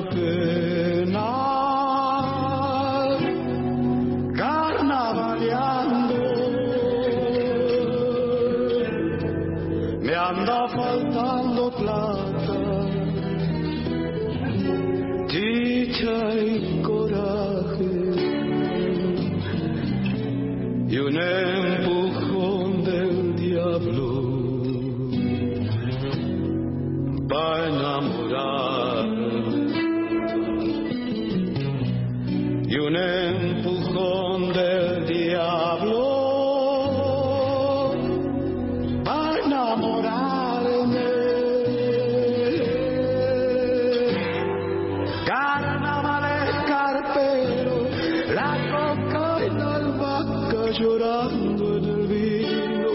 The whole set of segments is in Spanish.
penal, carnavaleando. Me anda faltando plata, dicha y coraje, y un empujón del diablo para enamorar, y un empujón del diablo para enamorarme. Carnaval escarpero, la coca y la albahaca llorando en el vino,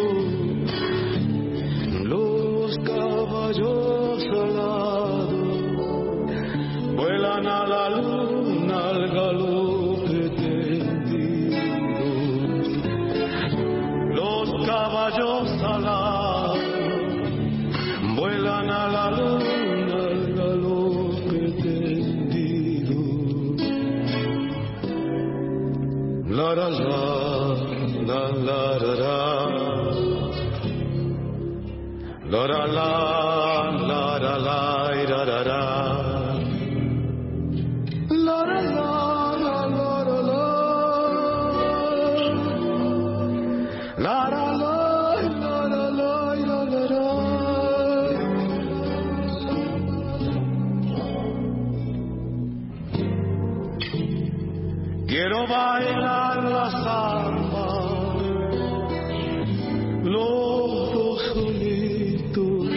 los caballos alados vuelan a la luna al galope tendido, los caballos alados vuelan a la luna al galope tendido. La la la la la la la la la la la la la la la. La la la la la la la. La la la la la la la la. Quiero bailar la samba, los dos solitos,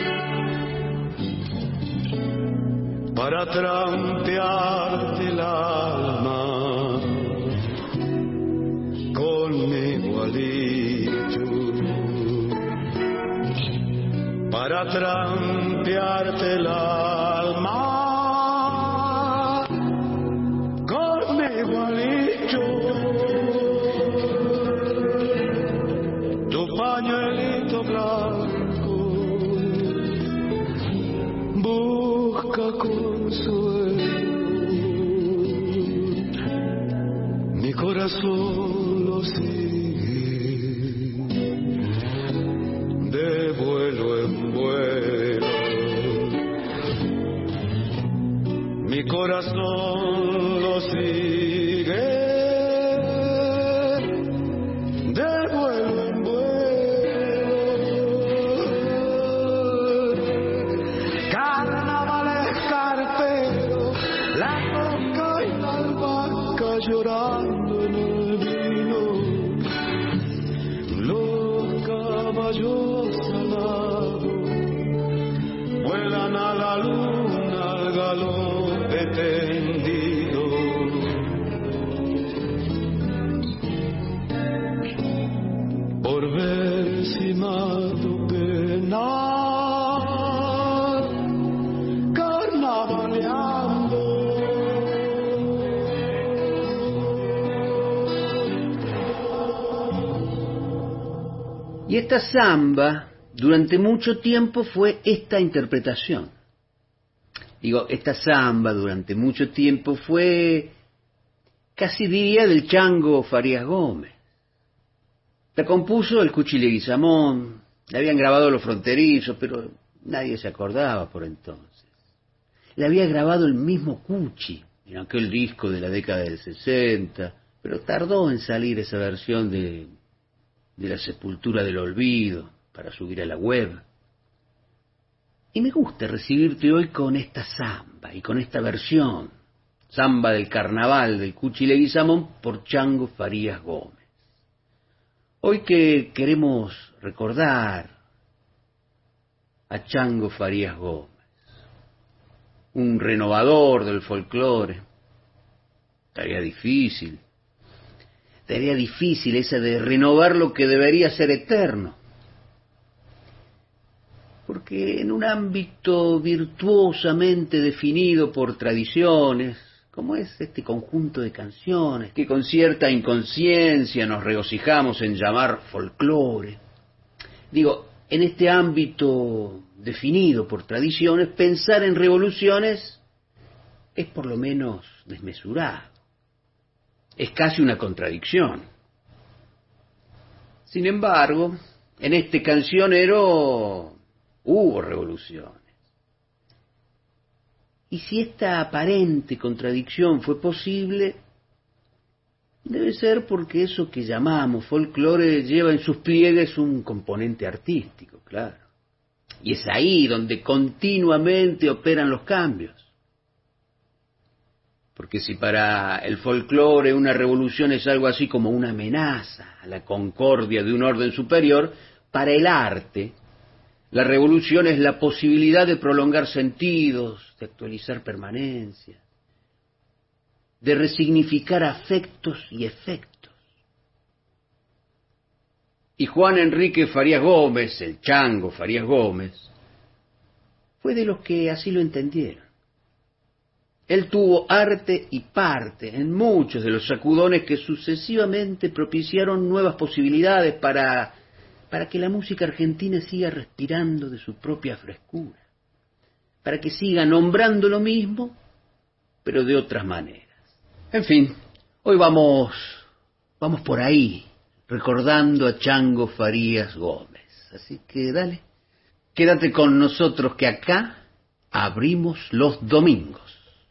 para trampearte el alma con mi igualito, para trampearte el alma con mi igualito. Tu pañuelito blanco busca consuelo, mi corazón lo sigue de vuelo en vuelo, mi corazón lo sigue de vuelo en vuelo. Carnaval escarpero, la coca y la albahaca llorando en el vino, los caballos alados vuelan a la luna al galope tendido. Por ver si mato penal, carnavaleando. Y esta samba durante mucho tiempo fue esta interpretación. Digo, esta samba durante mucho tiempo fue, casi diría, del Chango Farías Gómez. La compuso el Cuchi Leguizamón, la habían grabado los Fronterizos, pero nadie se acordaba por entonces. La había grabado el mismo Cuchi en aquel disco de la década del 60, pero tardó en salir esa versión de la Sepultura del Olvido para subir a la web. Y me gusta recibirte hoy con esta samba y con esta versión, samba del carnaval del Cuchi Leguizamón por Chango Farías Gómez. Hoy que queremos recordar a Chango Farías Gómez, un renovador del folclore, tarea difícil esa de renovar lo que debería ser eterno. Porque en un ámbito virtuosamente definido por tradiciones, como es este conjunto de canciones que con cierta inconsciencia nos regocijamos en llamar folclore, digo, en este ámbito definido por tradiciones, pensar en revoluciones es por lo menos desmesurado. Es casi una contradicción. Sin embargo, en este cancionero hubo revoluciones. Y si esta aparente contradicción fue posible, debe ser porque eso que llamamos folclore lleva en sus pliegues un componente artístico, claro. Y es ahí donde continuamente operan los cambios. Porque si para el folclore una revolución es algo así como una amenaza a la concordia de un orden superior, para el arte la revolución es la posibilidad de prolongar sentidos, de actualizar permanencias, de resignificar afectos y efectos. Y Juan Enrique Farías Gómez, el Chango Farías Gómez, fue de los que así lo entendieron. Él tuvo arte y parte en muchos de los sacudones que sucesivamente propiciaron nuevas posibilidades para que la música argentina siga respirando de su propia frescura, para que siga nombrando lo mismo, pero de otras maneras. En fin, hoy vamos por ahí, recordando a Chango Farías Gómez. Así que dale, quédate con nosotros que acá abrimos los domingos.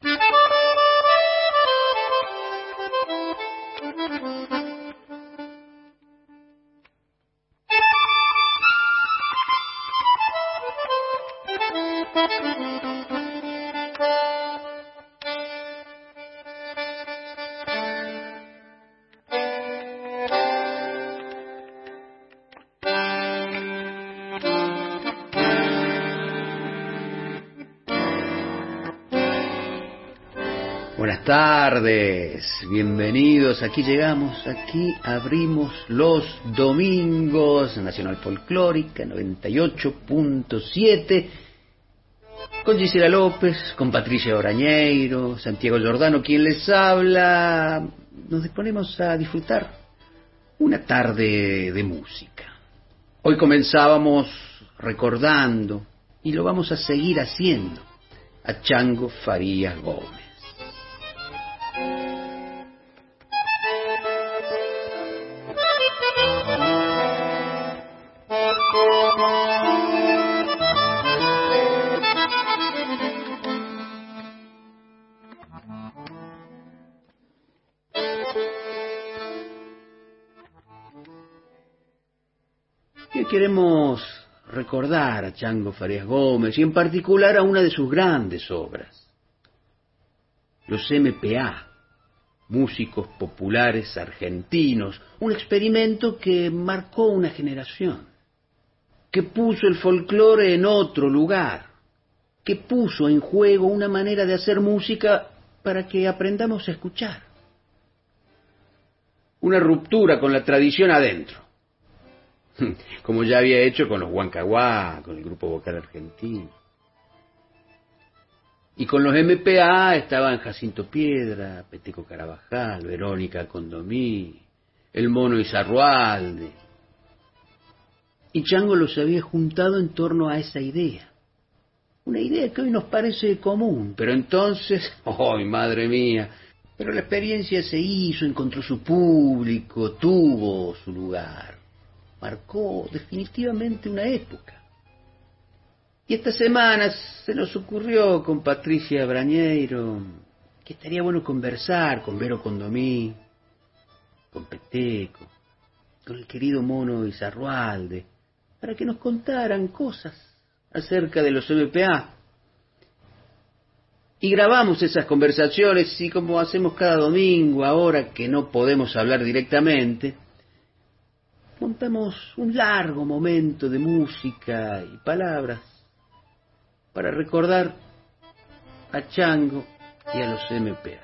Buenas tardes, bienvenidos, aquí llegamos, aquí abrimos los domingos, Nacional Folclórica 98.7, con Gisela López, con Patricia Orañeiro, Santiago Giordano, quien les habla. Nos disponemos a disfrutar una tarde de música. Hoy comenzábamos recordando, y lo vamos a seguir haciendo, a Chango Farías Gómez. Y hoy queremos recordar a Chango Farías Gómez y en particular a una de sus grandes obras, los MPA, Músicos Populares Argentinos, un experimento que marcó una generación, que puso el folclore en otro lugar, que puso en juego una manera de hacer música para que aprendamos a escuchar. Una ruptura con la tradición adentro, como ya había hecho con los Huancahuá, con el Grupo Vocal Argentino. Y con los MPA estaban Jacinto Piedra, Peteco Carabajal, Verónica Condomí, el Mono Izarrualde. Y Chango los había juntado en torno a esa idea. Una idea que hoy nos parece común, pero entonces, ¡ay, madre mía! Pero la experiencia se hizo, encontró su público, tuvo su lugar. Marcó definitivamente una época. Y esta semana se nos ocurrió con Patricia Brañeiro que estaría bueno conversar con Vero Condomí, con Peteco, con el querido Mono Izarrualde, para que nos contaran cosas acerca de los MPA. Y grabamos esas conversaciones y como hacemos cada domingo, ahora que no podemos hablar directamente, montamos un largo momento de música y palabras para recordar a Chango y a los MPA.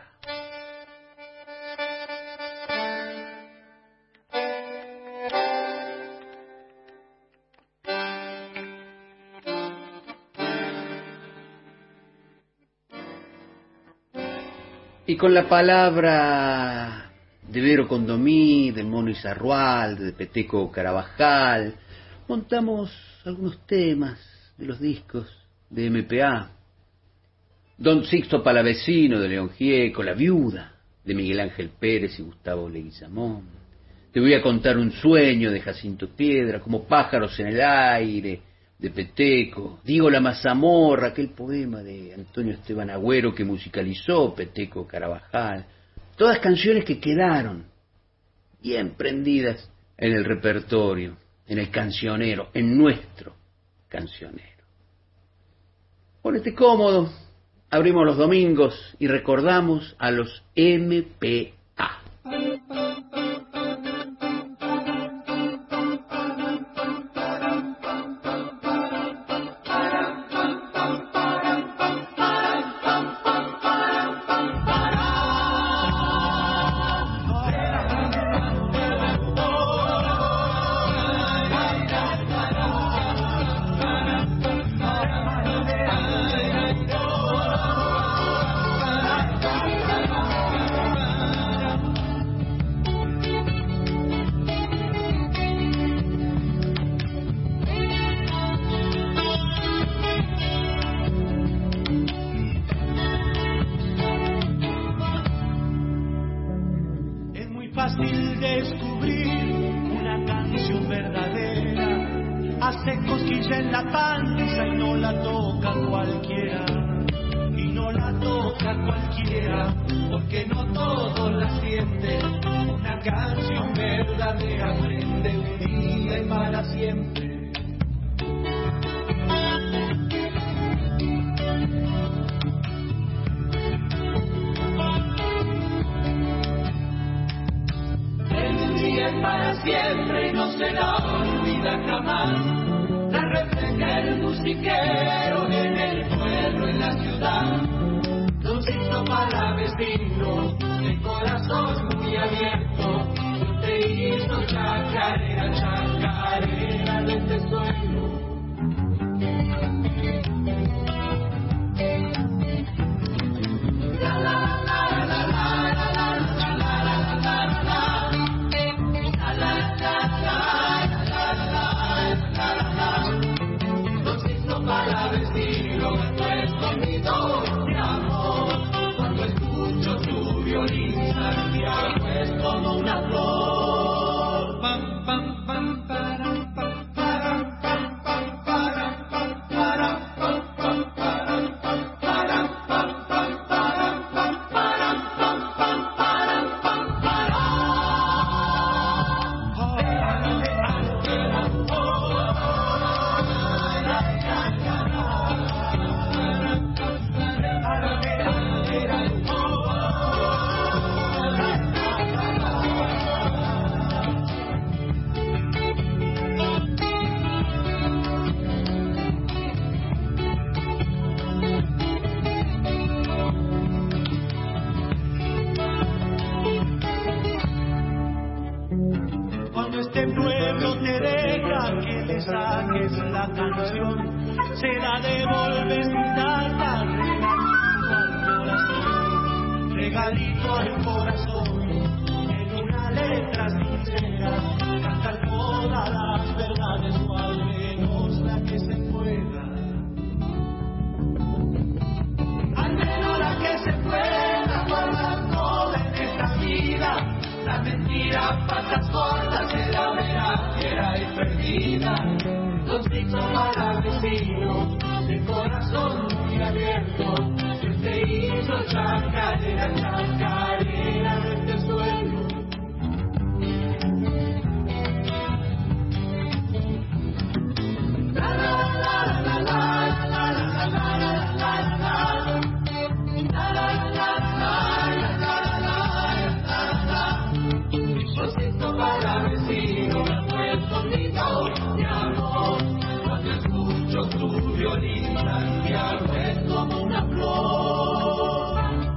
Y con la palabra de Vero Condomí, del Mono Izarrualde, de Peteco Carabajal, montamos algunos temas de los discos de MPA. Don Sixto Palavecino de León Gieco, La viuda de Miguel Ángel Pérez y Gustavo Leguizamón. Te voy a contar un sueño de Jacinto Piedra, Como pájaros en el aire de Peteco. Digo La mazamorra, aquel poema de Antonio Esteban Agüero que musicalizó Peteco Carabajal. Todas canciones que quedaron bien prendidas en el repertorio, en el cancionero, en nuestro cancionero. Ponete cómodo, abrimos los domingos y recordamos a los MPA. Fácil descubrir una canción verdadera, hace cosquilla en la panza y no la toca cualquiera, y no la toca cualquiera, porque no todos la sienten. Una canción verdadera prende un día y para siempre. Para siempre y no se la olvida jamás. La refleja el musiquero en el pueblo, en la ciudad. Don Sixto Palavecino, de corazón muy abierto, te hizo chacarera, chacarera de este suelo. La la la la la la la la la la la. Palavecino, no es conmigo de amor. Cuando escucho tu violín, Santiago es como una flor. Pam, pam, pam, param, pam, param, pam, pam, param, pam, param, pam, pam, param, pam, param, pam, pam, param, pam, param, pam, pam, param, pam, param. Cuando este pueblo te deja que le saques la canción, se la devuelves sin darla, regalito al corazón, en una letra sincera, cantar todas las verdades o al menos la que se pueda. Al menos la que se pueda, guardando en esta vida. La mentira, patas cortas, se la verá, fiera y perdida. Don Sixto Palavecino, de corazón muy abierto, Dios te hizo chacarera, chacarera de este suelo. La la la la la la la la la la la la. La la la la la la la la. Don Sixto Palavecino, no es conmigo de amor. Cuando escucho tu violín, Santiago es como una flor.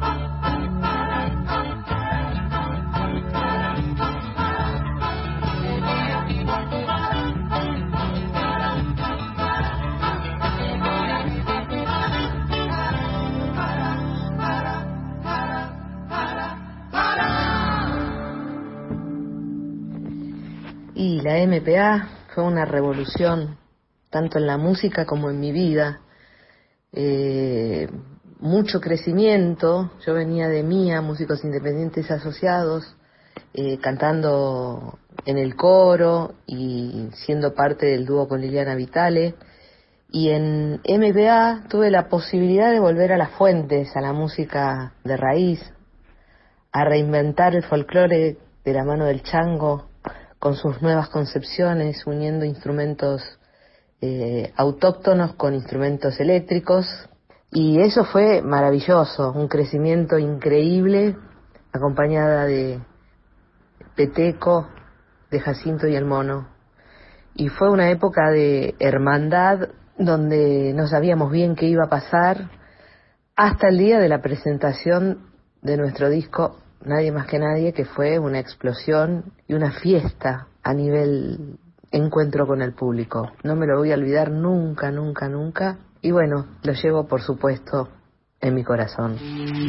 Y la MPA fue una revolución, tanto en la música como en mi vida. mucho crecimiento. Yo venía de MIA, Músicos Independientes Asociados, cantando en el coro y siendo parte del dúo con Liliana Vitale. Y en MPA tuve la posibilidad de volver a las fuentes, a la música de raíz, a reinventar el folclore de la mano del chango con sus nuevas concepciones, uniendo instrumentos autóctonos con instrumentos eléctricos. Y eso fue maravilloso, un crecimiento increíble, acompañada de Peteco, de Jacinto y el Mono. Y fue una época de hermandad donde no sabíamos bien qué iba a pasar, hasta el día de la presentación de nuestro disco Nadie Más Que Nadie, que fue una explosión y una fiesta a nivel encuentro con el público. No me lo voy a olvidar nunca, nunca, nunca. Y bueno, lo llevo por supuesto en mi corazón.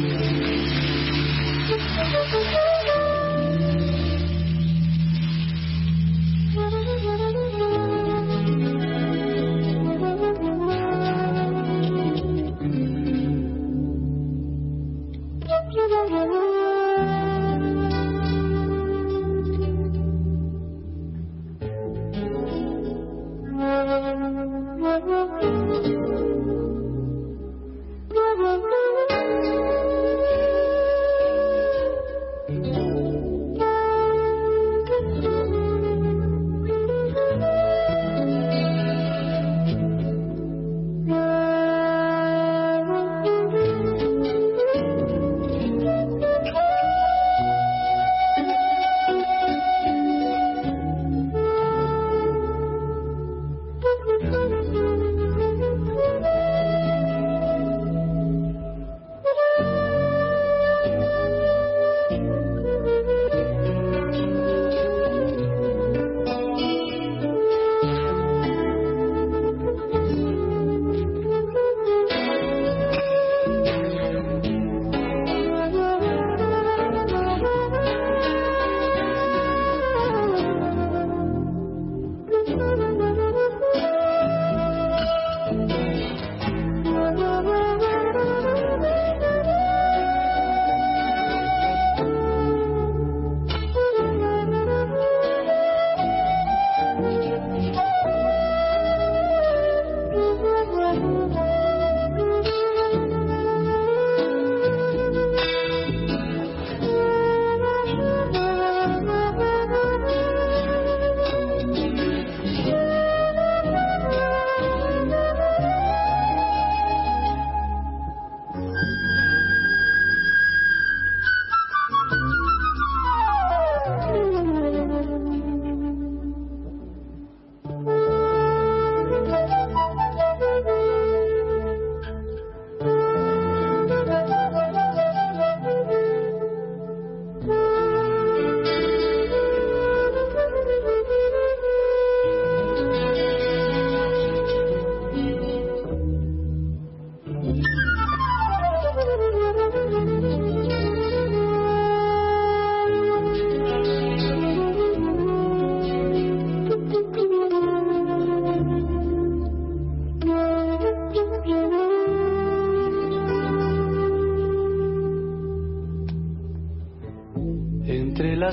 Entre las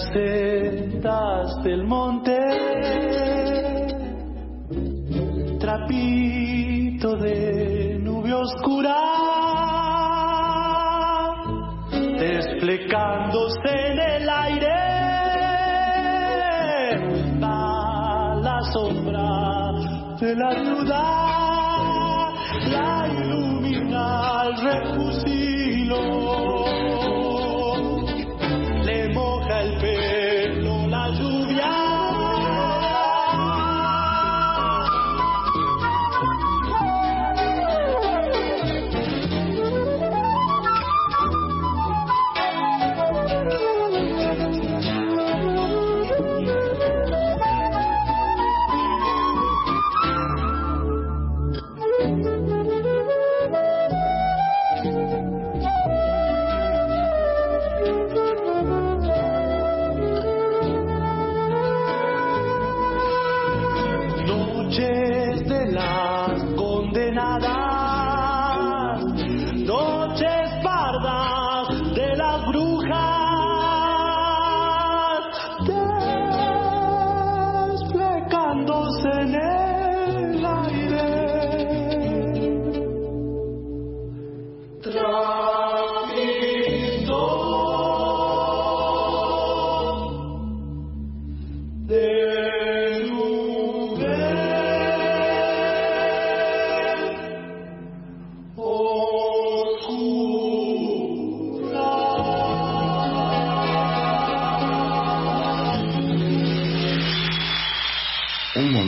setas del monte, trapito de nube oscura, desplegándose en el aire, va la sombra de la ciudad, la ilumina al refugio. Le moja el pelo la lluvia.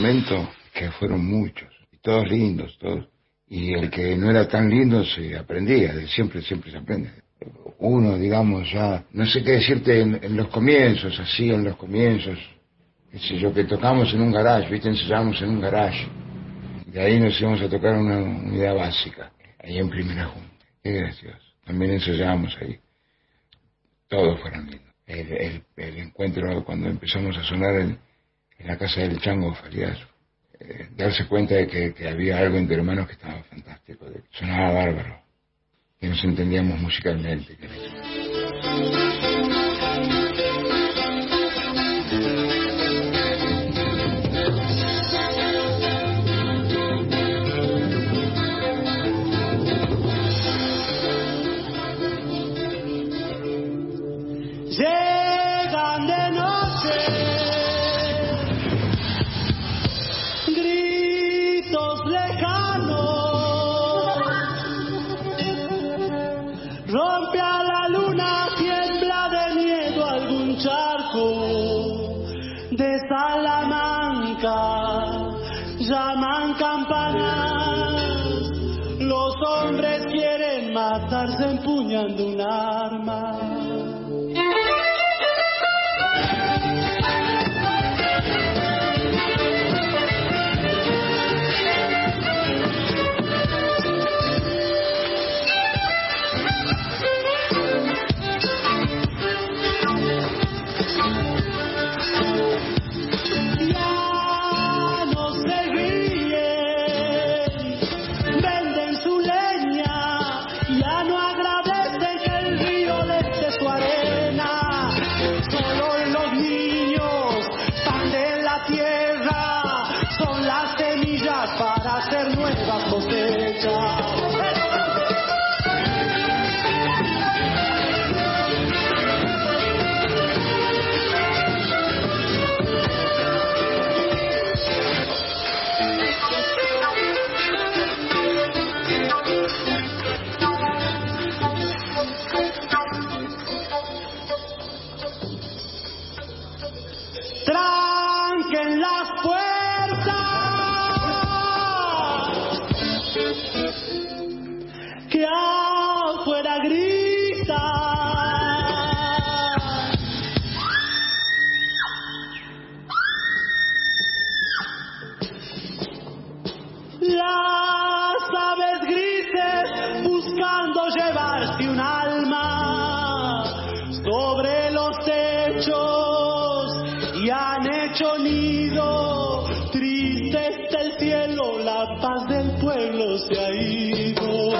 momento que fueron muchos, y todos lindos, todos. Y el que no era tan lindo se aprendía, siempre se aprende. Uno, digamos, ya, no sé qué decirte en los comienzos, así en los comienzos, qué sé yo, que tocamos en un garage, ¿viste? Ensayamos en un garage. De ahí nos íbamos a tocar una unidad básica, ahí en Primera Junta. Qué gracioso. También ensayábamos ahí. Todos fueron lindos. El encuentro cuando empezamos a sonar en la casa del Chango Farías, darse cuenta de que había algo entre hermanos que estaba fantástico, de que sonaba bárbaro, que nos entendíamos musicalmente. Llegan de noche gritos lejanos, rompe a la luna, tiembla de miedo algún charco de Salamanca, llaman campanas, los hombres quieren matarse empuñando un arma. Tranquen las puertas, que afuera grita. Las aves grises buscando llevarse un alma sobre los techos y han hecho nido. Triste está el cielo, la paz del pueblo se ha ido.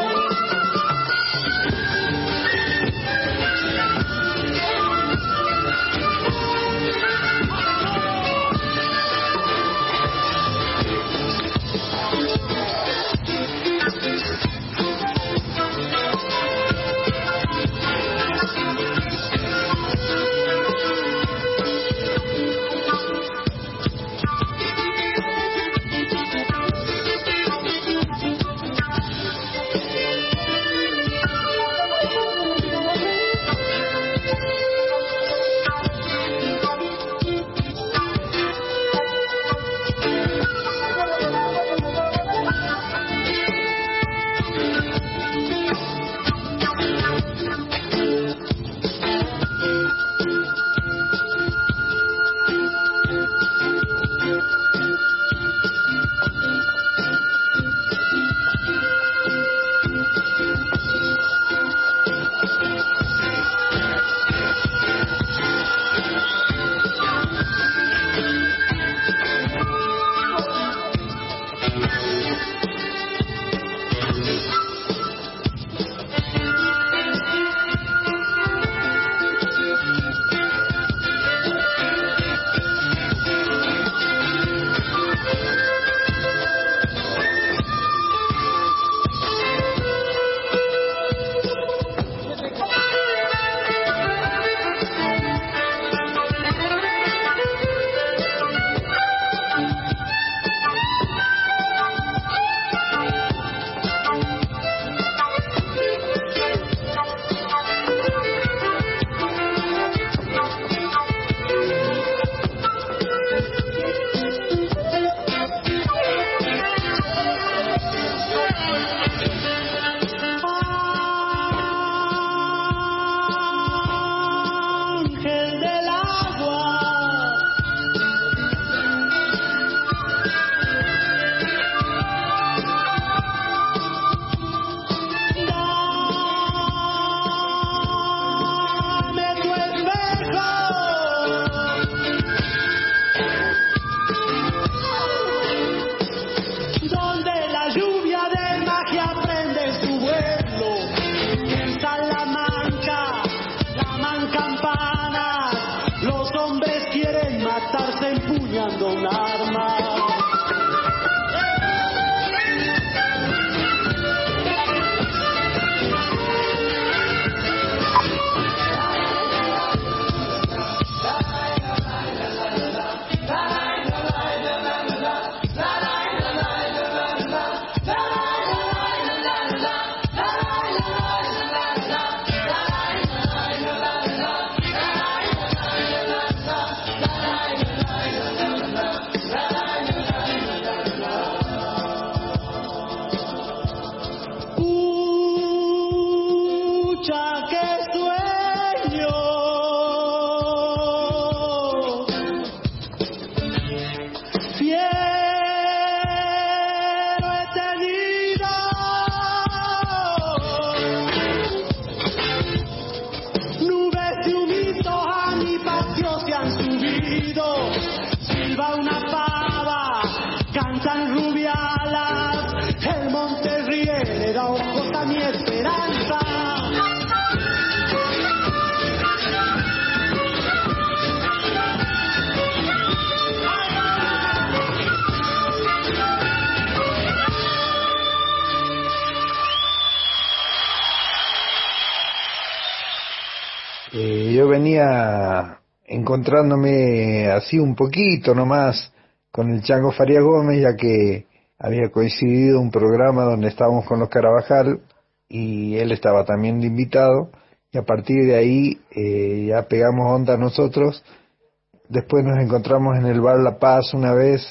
yo venía encontrándome así un poquito nomás con el Chango Farías Gómez, ya que había coincidido un programa donde estábamos con los Carabajal y él estaba también de invitado, y a partir de ahí ya pegamos onda nosotros. Después nos encontramos en el bar La Paz una vez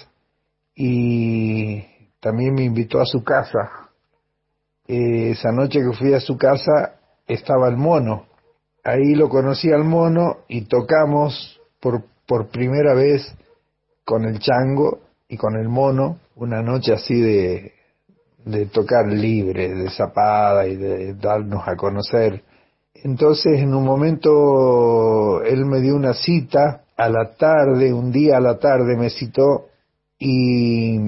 y también me invitó a su casa. Esa noche que fui a su casa estaba el Mono. Ahí lo conocí al Mono y tocamos por primera vez con el Chango y con el Mono, una noche así de tocar libre, de zapada y de darnos a conocer. Entonces en un momento él me dio una cita a la tarde, un día a la tarde me citó y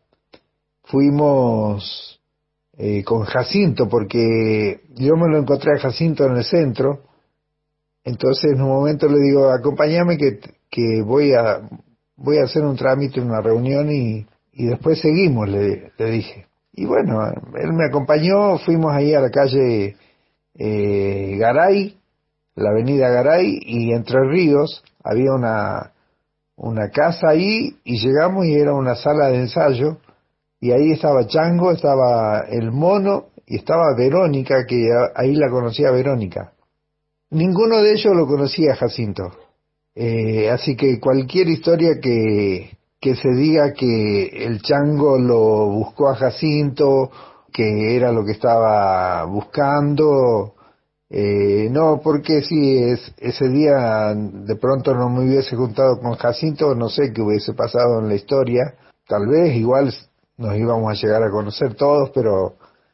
fuimos con Jacinto, porque yo me lo encontré a Jacinto en el centro. Entonces en un momento le digo, acompáñame que voy a hacer un trámite, una reunión y después seguimos, le dije. Y bueno, él me acompañó, fuimos ahí a la calle Garay, la avenida Garay y Entre Ríos, había una casa ahí y llegamos y era una sala de ensayo y ahí estaba Chango, estaba el Mono y estaba Verónica, que ahí la conocía Verónica. Ninguno de ellos lo conocía a Jacinto, así que cualquier historia que se diga que el Chango lo buscó a Jacinto, que era lo que estaba buscando, no, porque si ese día de pronto no me hubiese juntado con Jacinto, no sé qué hubiese pasado en la historia. Tal vez igual nos íbamos a llegar a conocer todos, pero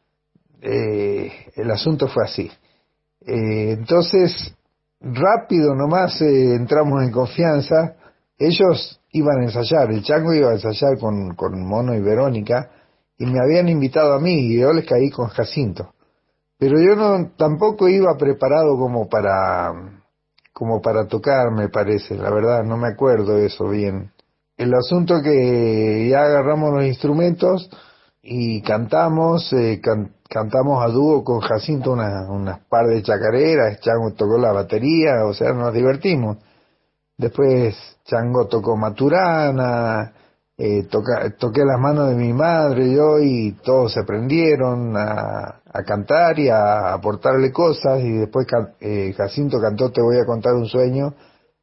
el asunto fue así. Entonces, rápido nomás entramos en confianza. Ellos iban a ensayar, el Chango iba a ensayar con Mono y Verónica, y me habían invitado a mí, y yo les caí con Jacinto. Pero yo tampoco iba preparado como para tocar, me parece, la verdad, no me acuerdo eso bien. El asunto que ya agarramos los instrumentos y cantamos, cantamos a dúo con Jacinto unas par de chacareras, Chango tocó la batería, o sea, nos divertimos. Después Chango tocó Maturana, toqué las manos de mi madre yo y todos se prendieron a cantar y a aportarle cosas, y después Jacinto cantó Te voy a contar un sueño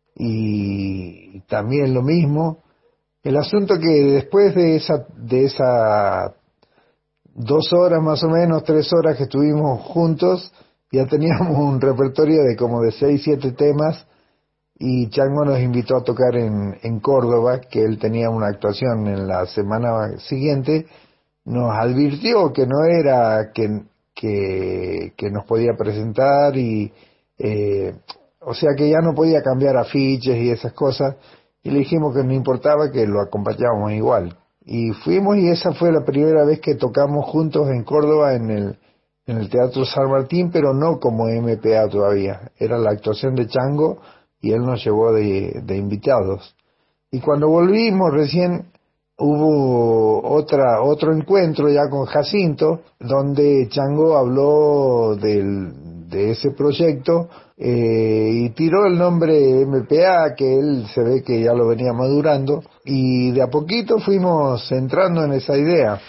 y también lo mismo. El asunto que después de esa 2 horas más o menos, 3 horas que estuvimos juntos, ya teníamos un repertorio de como de 6, 7 temas, y Chango nos invitó a tocar en Córdoba, que él tenía una actuación en la semana siguiente. Nos advirtió que no era que nos podía presentar y o sea que ya no podía cambiar afiches y esas cosas, y le dijimos que no importaba, que lo acompañábamos igual. Y fuimos, y esa fue la primera vez que tocamos juntos en Córdoba en el Teatro San Martín, pero no como MPA todavía, era la actuación de Chango y él nos llevó de invitados. Y cuando volvimos recién hubo otro encuentro ya con Jacinto, donde Chango habló de ese proyecto y tiró el nombre MPA, que él se ve que ya lo venía madurando, y de a poquito fuimos entrando en esa idea.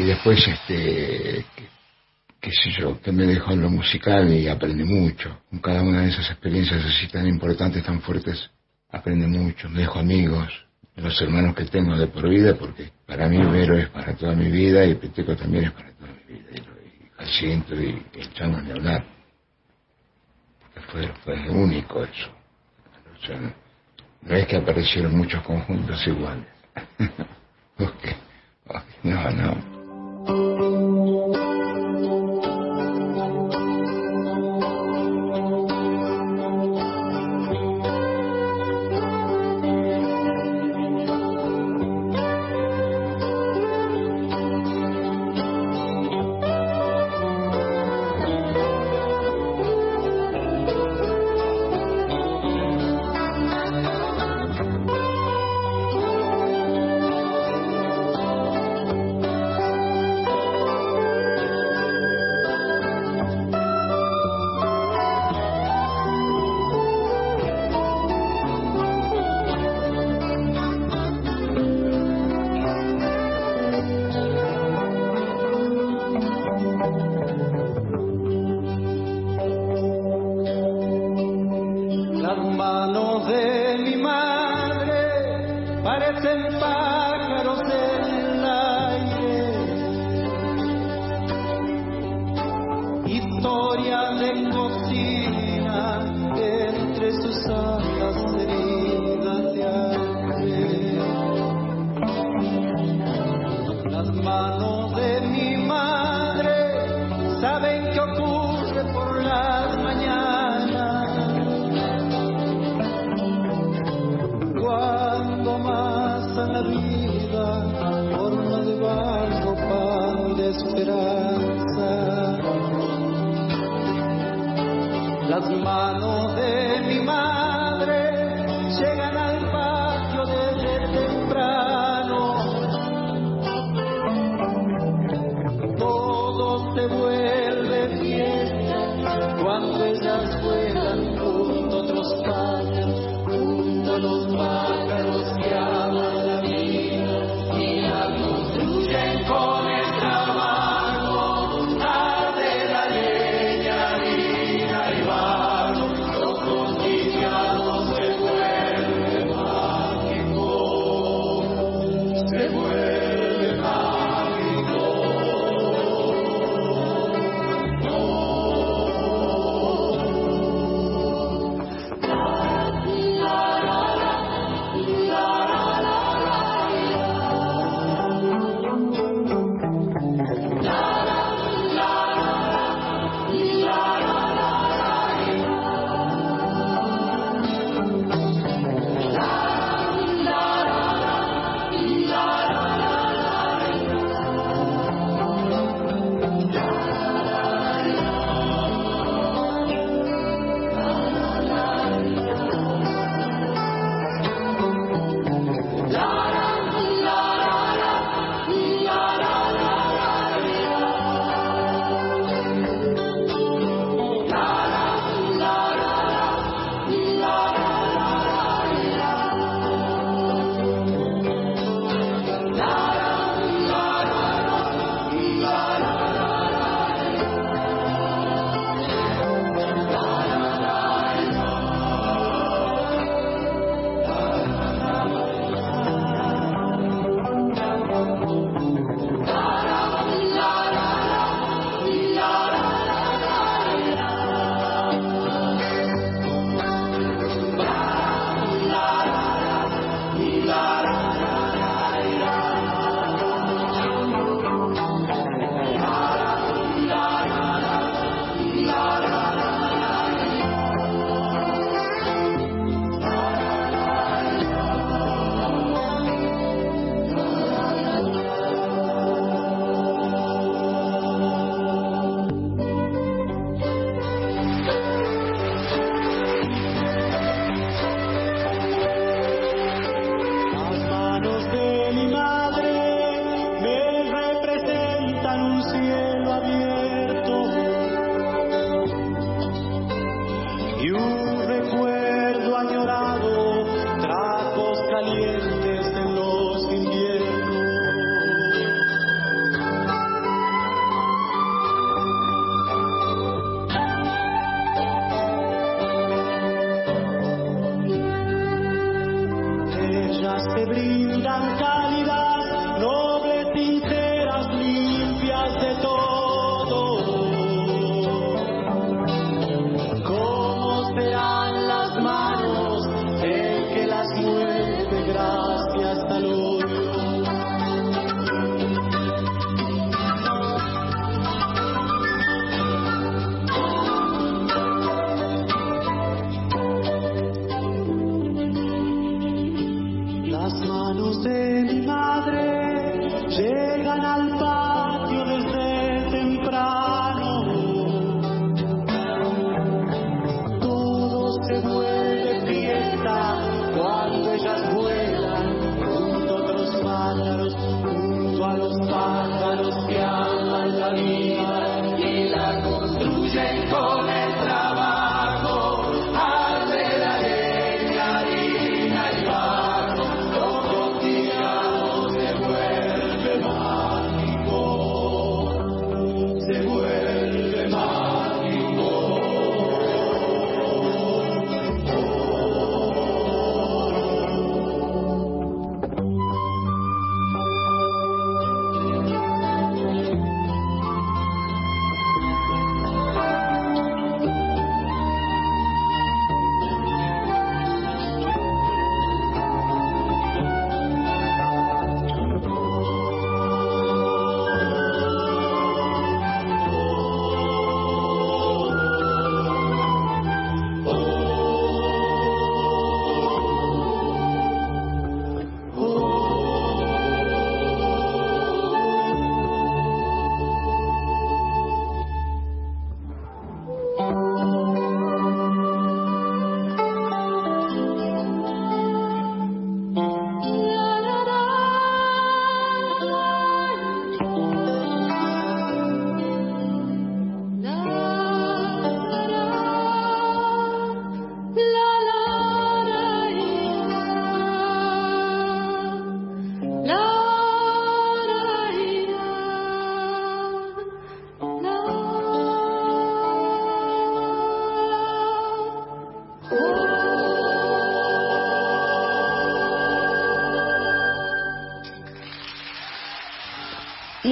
después, qué sé yo, que me dejó en lo musical y aprendí mucho. Con cada una de esas experiencias así tan importantes, tan fuertes, aprendí mucho. Me dejo amigos, los hermanos que tengo de por vida, porque para mí Vero es para toda mi vida y Peteco también es para toda mi vida. Y Jacinto y el Chango ni hablar. Porque fue único eso. O sea, no es que aparecieron muchos conjuntos iguales. No. Las manos de mi madre parecen pájaros en el aire, historias de cocina entre sus alas heridas de hambre. Las manos de mi madre saben qué ocurre por las mañanas, cuando amasan la vida forma de barro, pan de esperanza. Las manos de mi madre llegan al patio desde temprano, todo se vuelve fiesta cuando ellas vuelan junto a otros pájaros, junto a los pájaros que aman la vida y la construyen con el trabajo. Arde la leña, harina y barro, los cotidianos se vuelven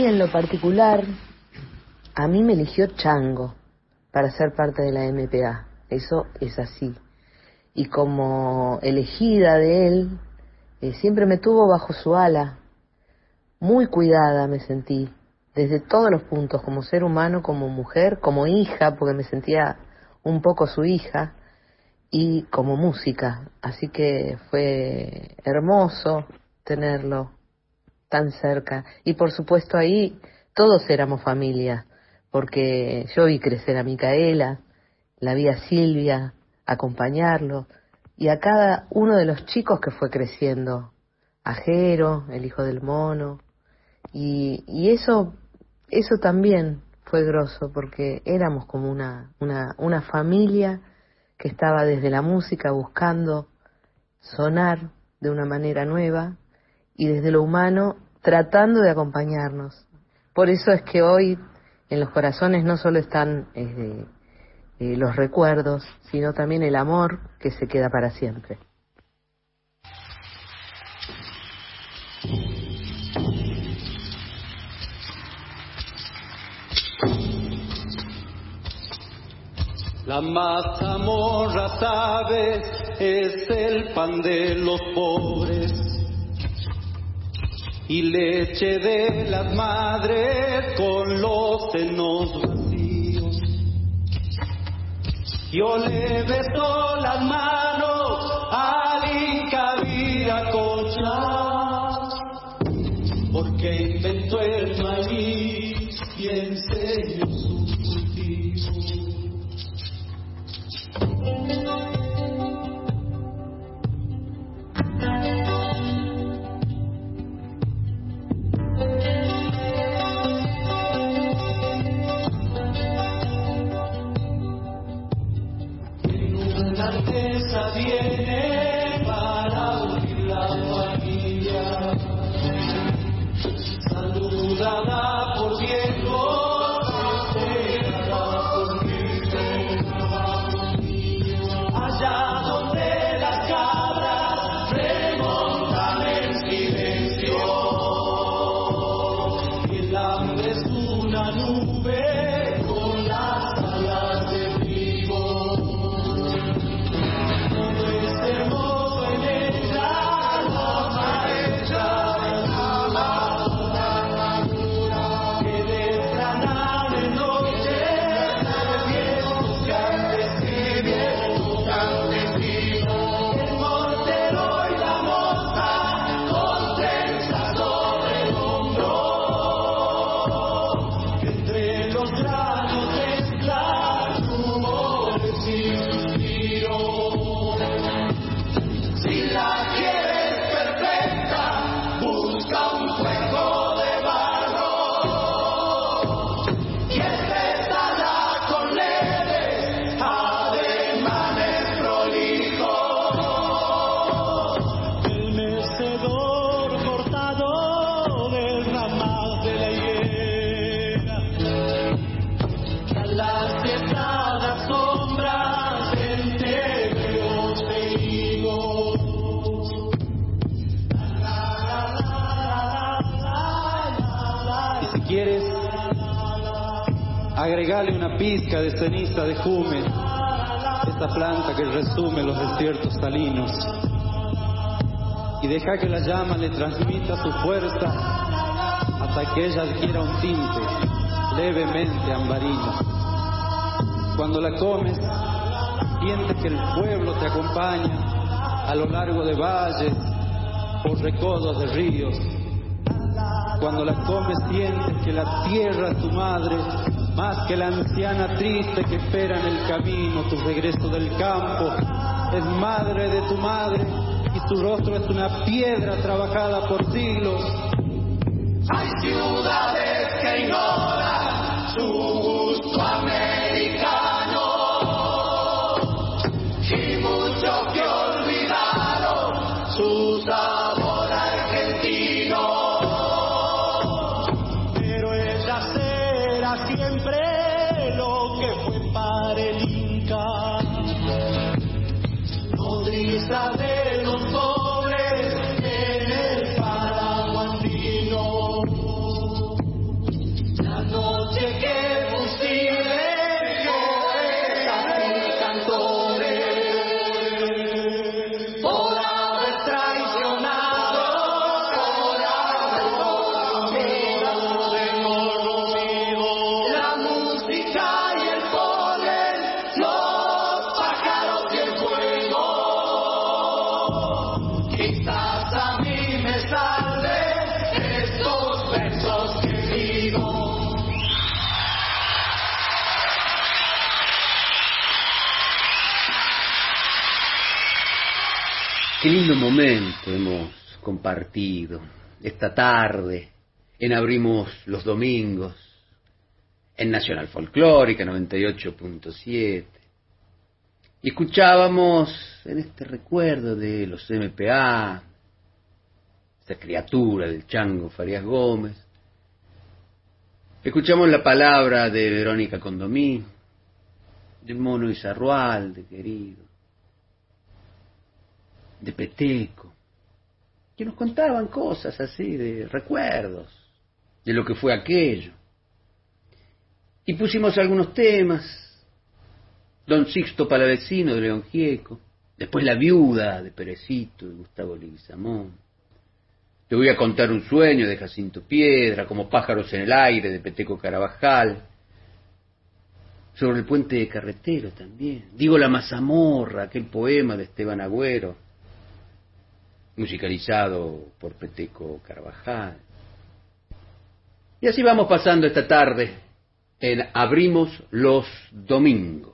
en lo particular, a mí me eligió Chango para ser parte de la MPA. Eso es así. Y como elegida de él, siempre me tuvo bajo su ala. Muy cuidada me sentí, desde todos los puntos, como ser humano, como mujer, como hija, porque me sentía un poco su hija, y como música. Así que fue hermoso tenerlo tan cerca. Y por supuesto ahí todos éramos familia, porque yo vi crecer a Micaela, la vi a Silvia, acompañarlo, y a cada uno de los chicos que fue creciendo, a Jero, el hijo del mono, y eso también fue groso, porque éramos como una familia que estaba desde la música buscando sonar de una manera nueva, y desde lo humano tratando de acompañarnos. Por eso es que hoy en los corazones no solo están los recuerdos, sino también el amor que se queda para siempre. La mazamorra, sabes, es el pan de los pobres y leche de las madres con los senos vacíos. Yo le beso las manos al Inca Viracocha, porque inventó el maíz y enseñó su cultivo. Viene para unir la familia, saludada por viejos, esperada por niños, allá donde las cabras remontan en silencio, y el hambre es una nube con las alas de trigo. Agregale una pizca de ceniza de jume, esta planta que resume los desiertos salinos, y deja que la llama le transmita su fuerza hasta que ella adquiera un tinte levemente ambarino. Cuando la comes, sientes que el pueblo te acompaña a lo largo de valles, por recodos de ríos. Cuando la comes, sientes que la tierra es tu madre, más que la anciana triste que espera en el camino tu regreso del campo. Es madre de tu madre y su rostro es una piedra trabajada por siglos. Hay ciudades que ignoran su gusto americano y muchos que olvidaron su sabor argentino. Siempre lo que fue para el Inca, nodriza de los pobres en el Paraguay andino. Qué lindo momento hemos compartido esta tarde en Abrimos los Domingos, en Nacional Folclórica 98.7. Y escuchábamos en este recuerdo de los MPA, esta criatura del Chango Farías Gómez, escuchamos la palabra de Verónica Condomí, del Mono Izarrualde, querido, de Peteco, que nos contaban cosas así, de recuerdos, de lo que fue aquello. Y pusimos algunos temas, Don Sixto Palavecino de León Gieco, después La Viuda de Perecito de Gustavo Leguizamón, Te voy a contar un sueño de Jacinto Piedra, Como pájaros en el aire de Peteco Carabajal, Sobre el puente de Carretero también, Digo la mazamorra, aquel poema de Esteban Agüero, musicalizado por Peteco Carvajal. Y así vamos pasando esta tarde en Abrimos los Domingos.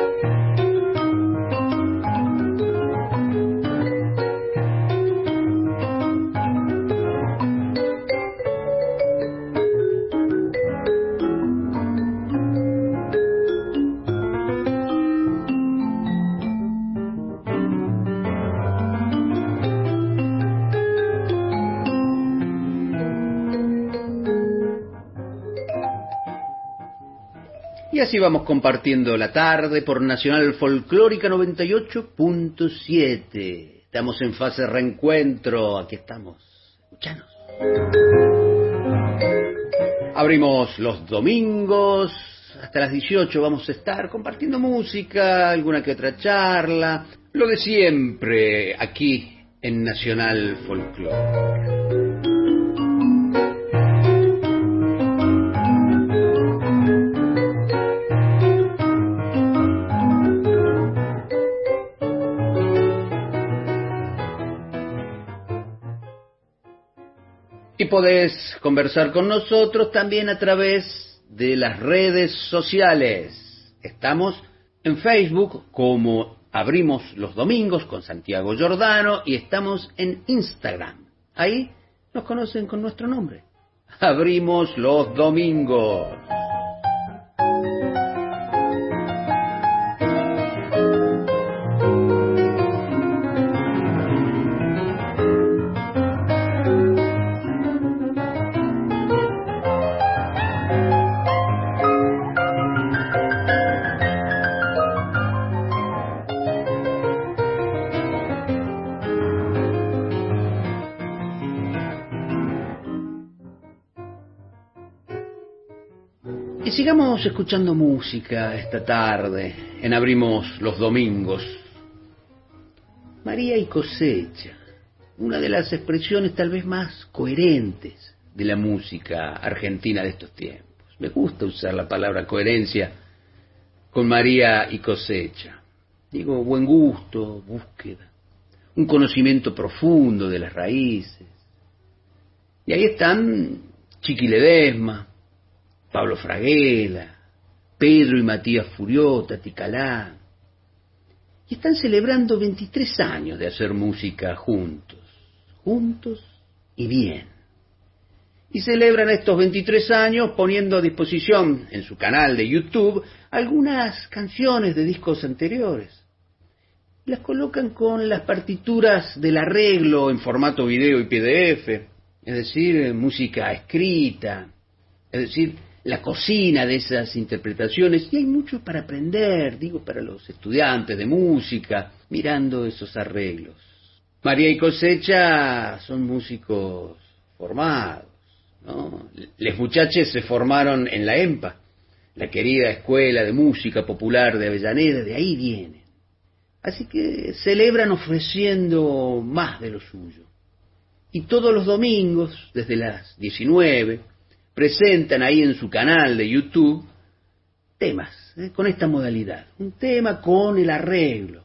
Y así vamos compartiendo la tarde por Nacional Folclórica 98.7. Estamos en fase reencuentro, aquí estamos, escuchanos. Abrimos los domingos, hasta las 18 vamos a estar compartiendo música, alguna que otra charla, lo de siempre aquí en Nacional Folclórica. Y podés conversar con nosotros también a través de las redes sociales. Estamos en Facebook como Abrimos los Domingos con Santiago Giordano y estamos en Instagram. Ahí nos conocen con nuestro nombre. Abrimos los Domingos. Y sigamos escuchando música esta tarde en Abrimos los Domingos. María y Cosecha, una de las expresiones tal vez más coherentes de la música argentina de estos tiempos. Me gusta usar la palabra coherencia con María y Cosecha. Digo, buen gusto, búsqueda, un conocimiento profundo de las raíces. Y ahí están Chiqui Ledesma, Pablo Fraguela, Pedro y Matías Furió, Tati Calá, y están celebrando 23 años de hacer música juntos y bien. Y celebran estos 23 años poniendo a disposición en su canal de YouTube algunas canciones de discos anteriores. Las colocan con las partituras del arreglo en formato video y PDF, es decir, música escrita, es decir, la cocina de esas interpretaciones, y hay mucho para aprender, digo, para los estudiantes de música, mirando esos arreglos. María y Cosecha son músicos formados, ¿no? Les muchaches se formaron en la EMPA, la querida Escuela de Música Popular de Avellaneda, de ahí vienen. Así que celebran ofreciendo más de lo suyo. Y todos los domingos, desde las 19, presentan ahí en su canal de YouTube temas, con esta modalidad, un tema con el arreglo.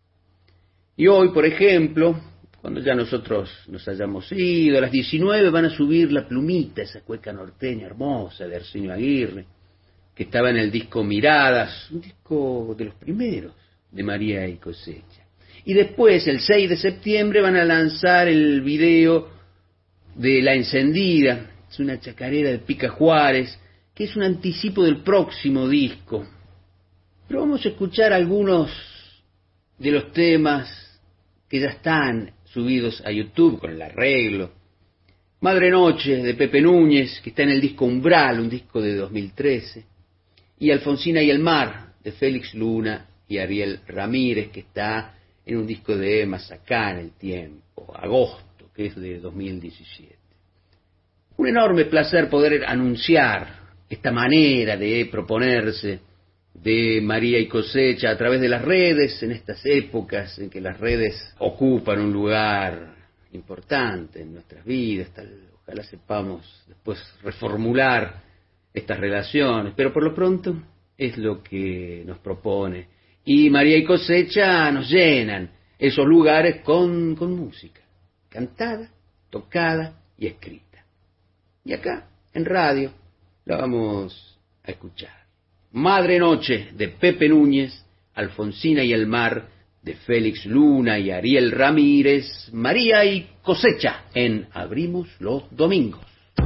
Y hoy, por ejemplo, cuando ya nosotros nos hayamos ido, a las 19 van a subir La Plumita, esa cueca norteña hermosa de Arsenio Aguirre, que estaba en el disco Miradas, un disco de los primeros de María y Cosecha. Y después, el 6 de septiembre, van a lanzar el video de La Encendida. Es una chacarera de Pica Juárez, que es un anticipo del próximo disco. Pero vamos a escuchar algunos de los temas que ya están subidos a YouTube con el arreglo. Madre Noche, de Pepe Núñez, que está en el disco Umbral, un disco de 2013. Y Alfonsina y el Mar, de Félix Luna y Ariel Ramírez, que está en un disco de Más acá en el tiempo, Agosto, que es de 2017. Un enorme placer poder anunciar esta manera de proponerse de María y Cosecha a través de las redes, en estas épocas en que las redes ocupan un lugar importante en nuestras vidas. Ojalá sepamos después reformular estas relaciones, pero por lo pronto es lo que nos propone. Y María y Cosecha nos llenan esos lugares con música, cantada, tocada y escrita. Y acá, en radio, la vamos a escuchar. Madre Noche, de Pepe Núñez, Alfonsina y el Mar, de Félix Luna y Ariel Ramírez, María y Cosecha, en Abrimos los Domingos.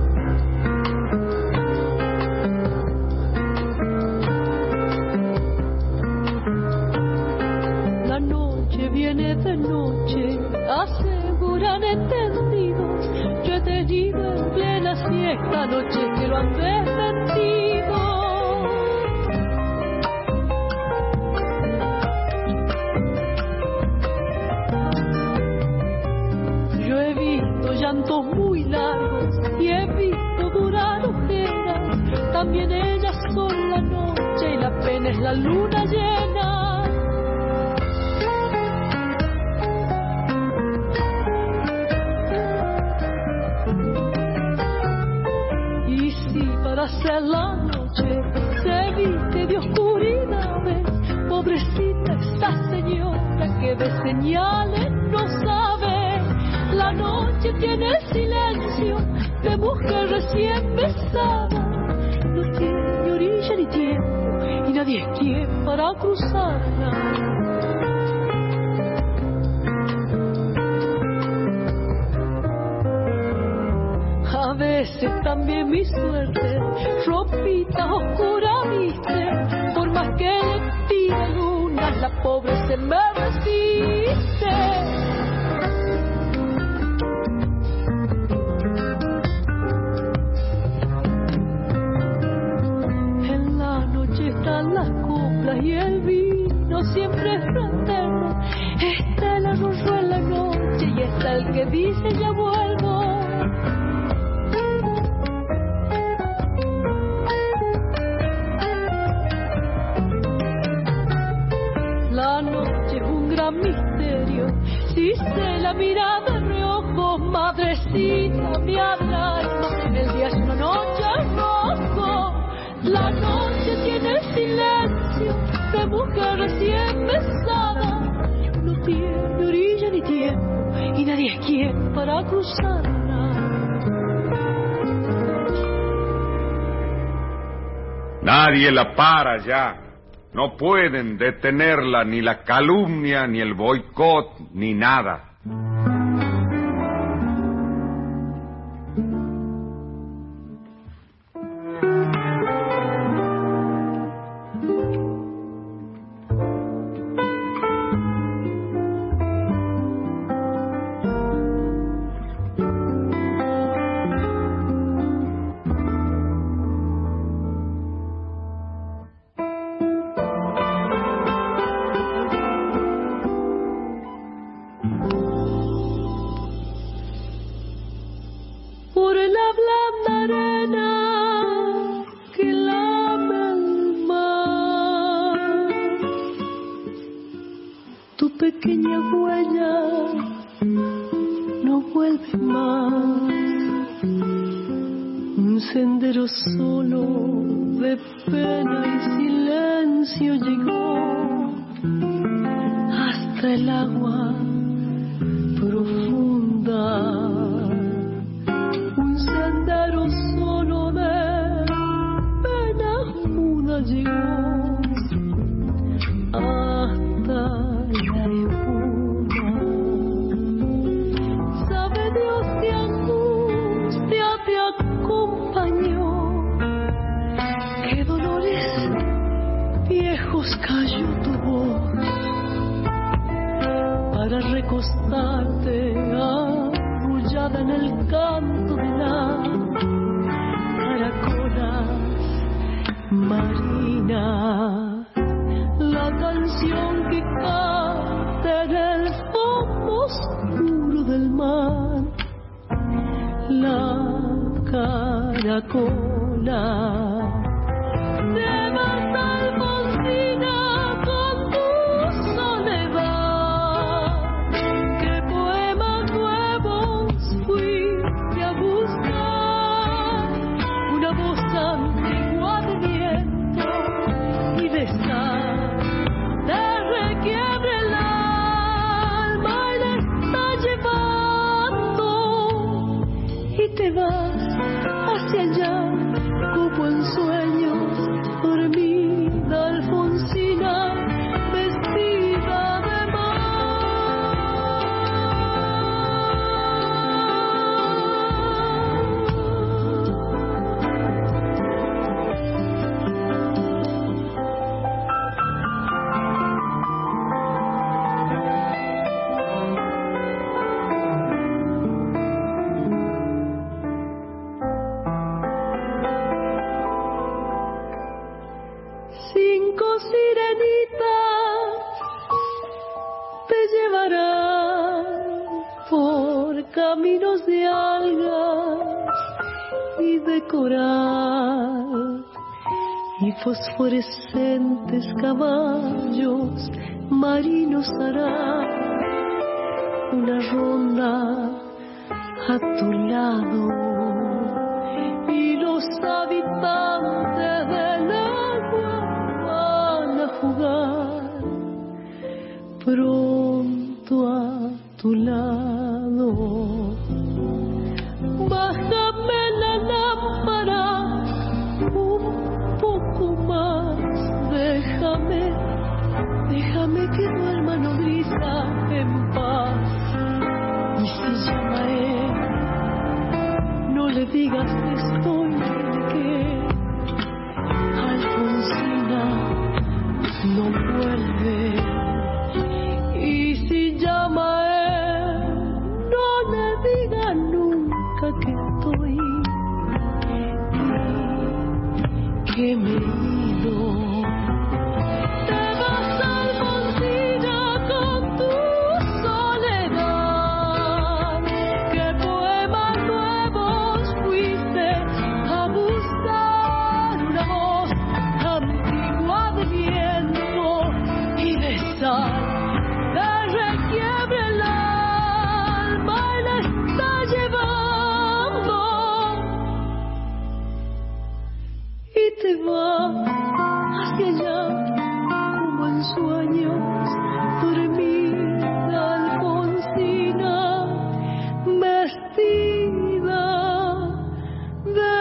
La noche viene de noche, aseguran entendidos. Yo he tenido en plena siesta noche que lo han desmentido. Yo he visto llantos muy largos y he visto durar ojeras. También ellas son la noche y la pena es la luna llena. Para hacer la noche se viste de oscuridades. Pobrecita esa señora que de señales no sabe. La noche tiene el silencio de mujer recién besada. No tiene ni orilla ni tiempo y nadie es quien para cruzarla. A veces también mi suerte, ropita oscura viste, por más que le pida lunas, la pobre se me resiste. En la noche están las coplas y el vino siempre es fraterno. Está el arroyo en la noche y está el que dice ya vuelvo. La noche es un gran misterio, si se la mira de reojo, madrecita mi alma, el día es una noche rojo. La noche tiene el silencio de mujer recién besada, no tiene orilla ni tiempo y nadie es quien para cruzarla. Nadie la para ya. No pueden detenerla ni la calumnia, ni el boicot, ni nada. Hasta la cayó tu voz para recostarte arrullada en el canto de la caracola marina, la canción que canta en el fondo oscuro del mar, la caracola. Te vas, Alfonsina, con tu soledad. ¿Qué poemas nuevos fuiste a buscar? Una voz antigua de viento y de sal te requiebra el alma y la está llevando y te vas hacia allá como en sueños, dormida Alfonsina, vestida de cinco sirenitas te llevarán por caminos de algas y de coral, y fosforescentes caballos marinos harán una ronda a tu lado, y los habitantes del agua van a jugar pronto a tu lado. Bájame la lámpara un poco más, déjame que duerma nodriza en paz. Y si llama él, no le digas que estoy, que Alfonsina no vuelve. Y si llama él, no le diga nunca que estoy y que me he ido. Te vas, Alfonsina, con tu soledad. ¿Qué poemas nuevos fuiste a buscar? Una voz antigua de viento y de sal te requiebra el alma y la está llevando y te va hacia allá como en sueños, dormida Alfonsina, vestida de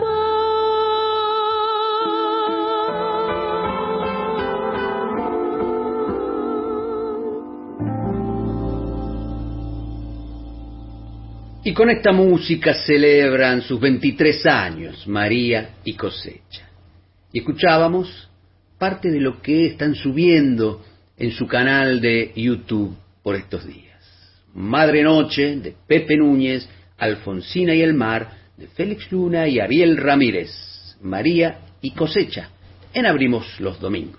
Y con esta música celebran sus 23 años María y Cosecha. Y escuchábamos parte de lo que están subiendo en su canal de YouTube por estos días. Madre Noche, de Pepe Núñez, Alfonsina y el Mar, de Félix Luna y Ariel Ramírez. María y Cosecha, en Abrimos los Domingos.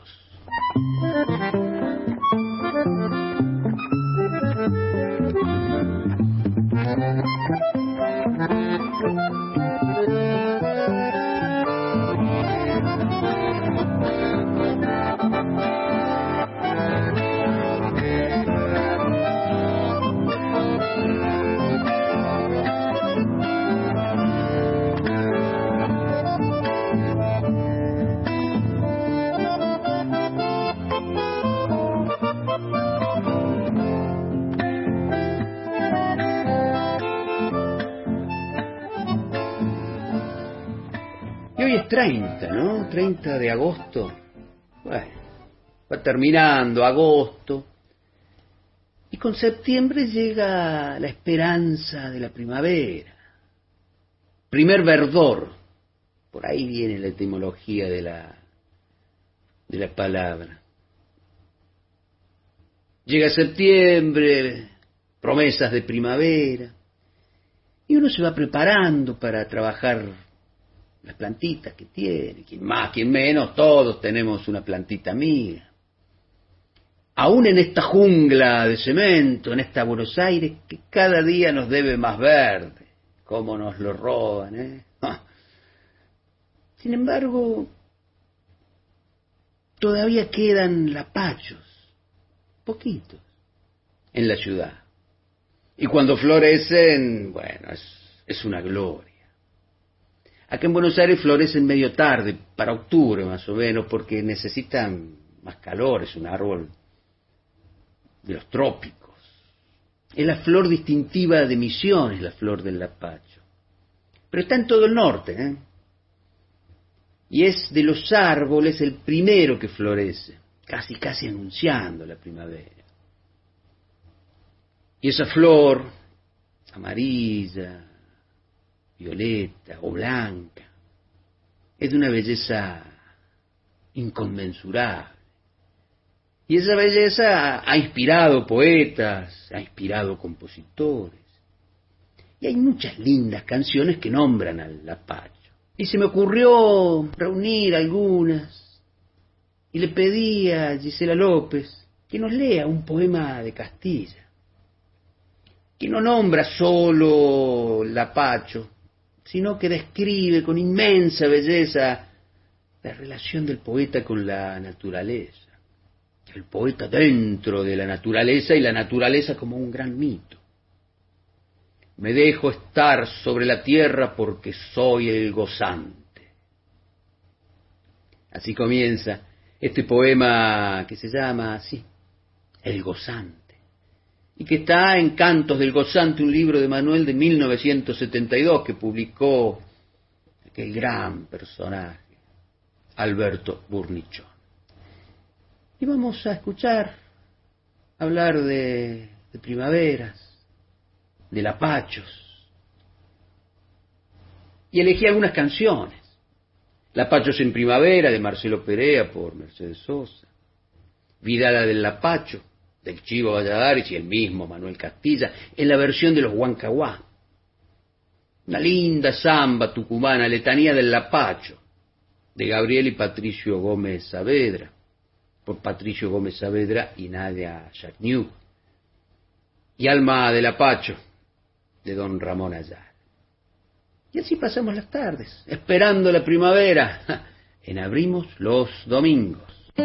Hoy es 30, ¿no? 30 de agosto. Bueno, va terminando agosto. Y con septiembre llega la esperanza de la primavera. Primer verdor. Por ahí viene la etimología de la palabra. Llega septiembre, promesas de primavera, y uno se va preparando para trabajar las plantitas que tiene, quien más, quien menos, todos tenemos una plantita amiga. Aún en esta jungla de cemento, en esta Buenos Aires, que cada día nos debe más verde, cómo nos lo roban, ¿eh? Sin embargo, todavía quedan lapachos, poquitos, en la ciudad. Y cuando florecen, bueno, es una gloria. Acá en Buenos Aires florecen medio tarde, para octubre más o menos, porque necesitan más calor, es un árbol de los trópicos. Es la flor distintiva de Misiones, la flor del lapacho. Pero está en todo el norte, ¿eh? Y es de los árboles el primero que florece, casi anunciando la primavera. Y esa flor, amarilla, violeta o blanca, es de una belleza inconmensurable. Y esa belleza ha inspirado poetas, ha inspirado compositores. Y hay muchas lindas canciones que nombran al lapacho. Y se me ocurrió reunir algunas, y le pedí a Gisela López que nos lea un poema de Castilla, que no nombra solo lapacho, sino que describe con inmensa belleza la relación del poeta con la naturaleza, el poeta dentro de la naturaleza y la naturaleza como un gran mito. Me dejo estar sobre la tierra porque soy el gozante. Así comienza este poema que se llama así, El Gozante, y que está en Cantos del Gozante, un libro de Manuel de 1972 que publicó aquel gran personaje, Alberto Burnichón. Y vamos a escuchar hablar de primaveras, de lapachos. Y elegí algunas canciones. Lapachos en Primavera, de Marcelo Perea, por Mercedes Sosa. Vidala del Lapacho, del Chivo Valladares y el mismo Manuel Castilla, en la versión de los Huancahuá. Una linda samba tucumana, Letanía del Lapacho, de Gabriel y Patricio Gómez Saavedra, por Patricio Gómez Saavedra y Nadia Yagniuk. Y Alma del Lapacho, de don Ramón Ayala. Y así pasamos las tardes, esperando la primavera, en Abrimos los Domingos.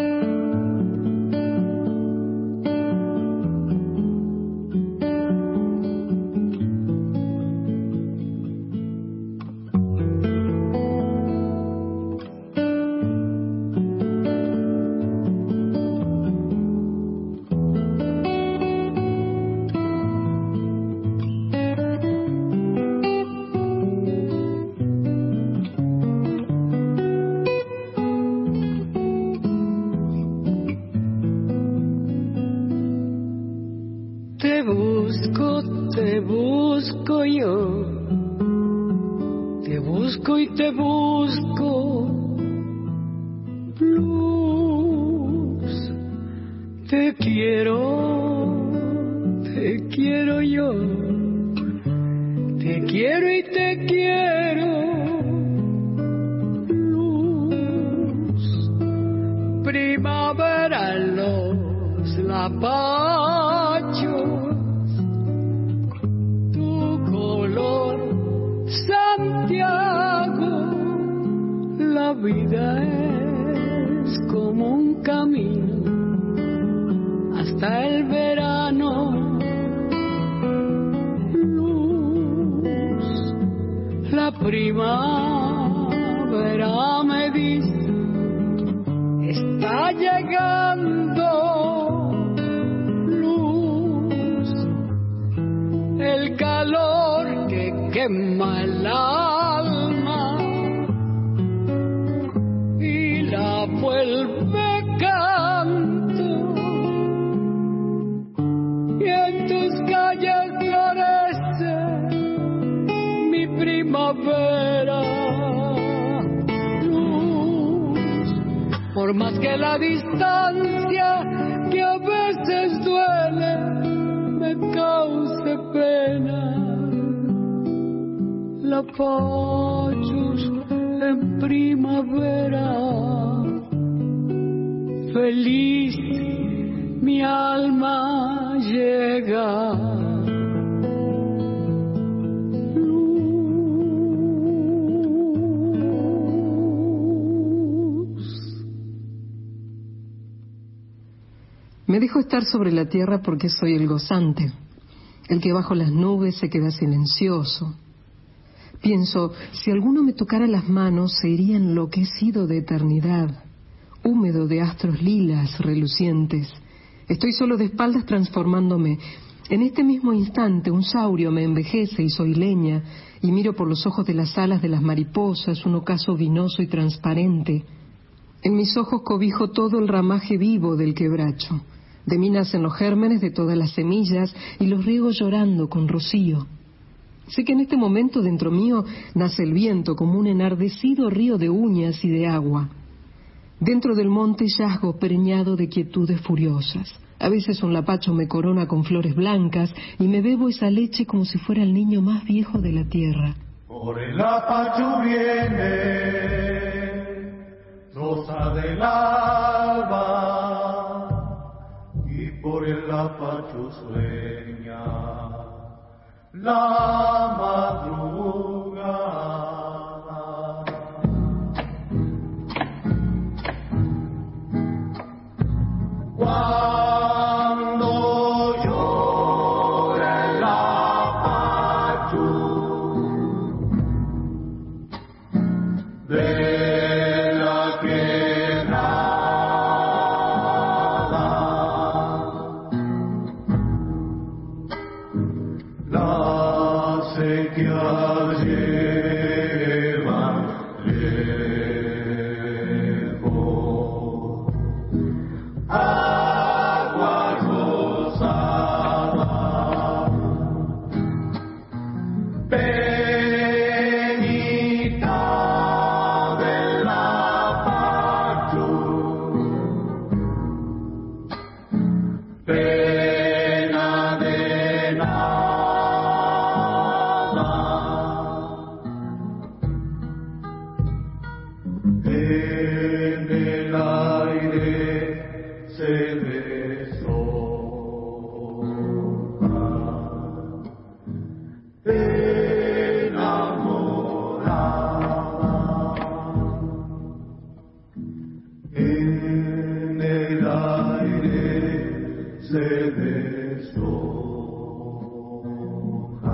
Te busco yo, te busco y te busco, blues. Te quiero yo, te quiero y te quiero, blues. Primavera los lapachos, Santiago, la vida es como un camino hasta el verano, luz. La primavera me dice, está llegando, luz. El calor que quema el alma y la vuelve canto, y en tus calles florece mi primavera, luz. Por por más que la distancia que a veces duele me cause pena. La pachus en primavera, feliz mi alma llega. Me dejo estar sobre la tierra porque soy el gozante, el que bajo las nubes se queda silencioso. Pienso, si alguno me tocara las manos, se iría enloquecido de eternidad, húmedo de astros lilas relucientes. Estoy solo de espaldas transformándome. En este mismo instante un saurio me envejece y soy leña, y miro por los ojos de las alas de las mariposas un ocaso vinoso y transparente. En mis ojos cobijo todo el ramaje vivo del quebracho. De mí nacen los gérmenes de todas las semillas y los riego llorando con rocío. Sé que en este momento dentro mío nace el viento como un enardecido río de uñas y de agua. Dentro del monte yazgo preñado de quietudes furiosas. A veces un lapacho me corona con flores blancas y me bebo esa leche como si fuera el niño más viejo de la tierra. Por el lapacho viene, rosa del alba, y por el lapacho sueña la madrugada. Cuando llora el lapacho de la quebrada, la sequía lleva lejos agua rosada, penita del lapacho, pena de nada. En el aire se deshoja, enamorada. En el aire se deshoja,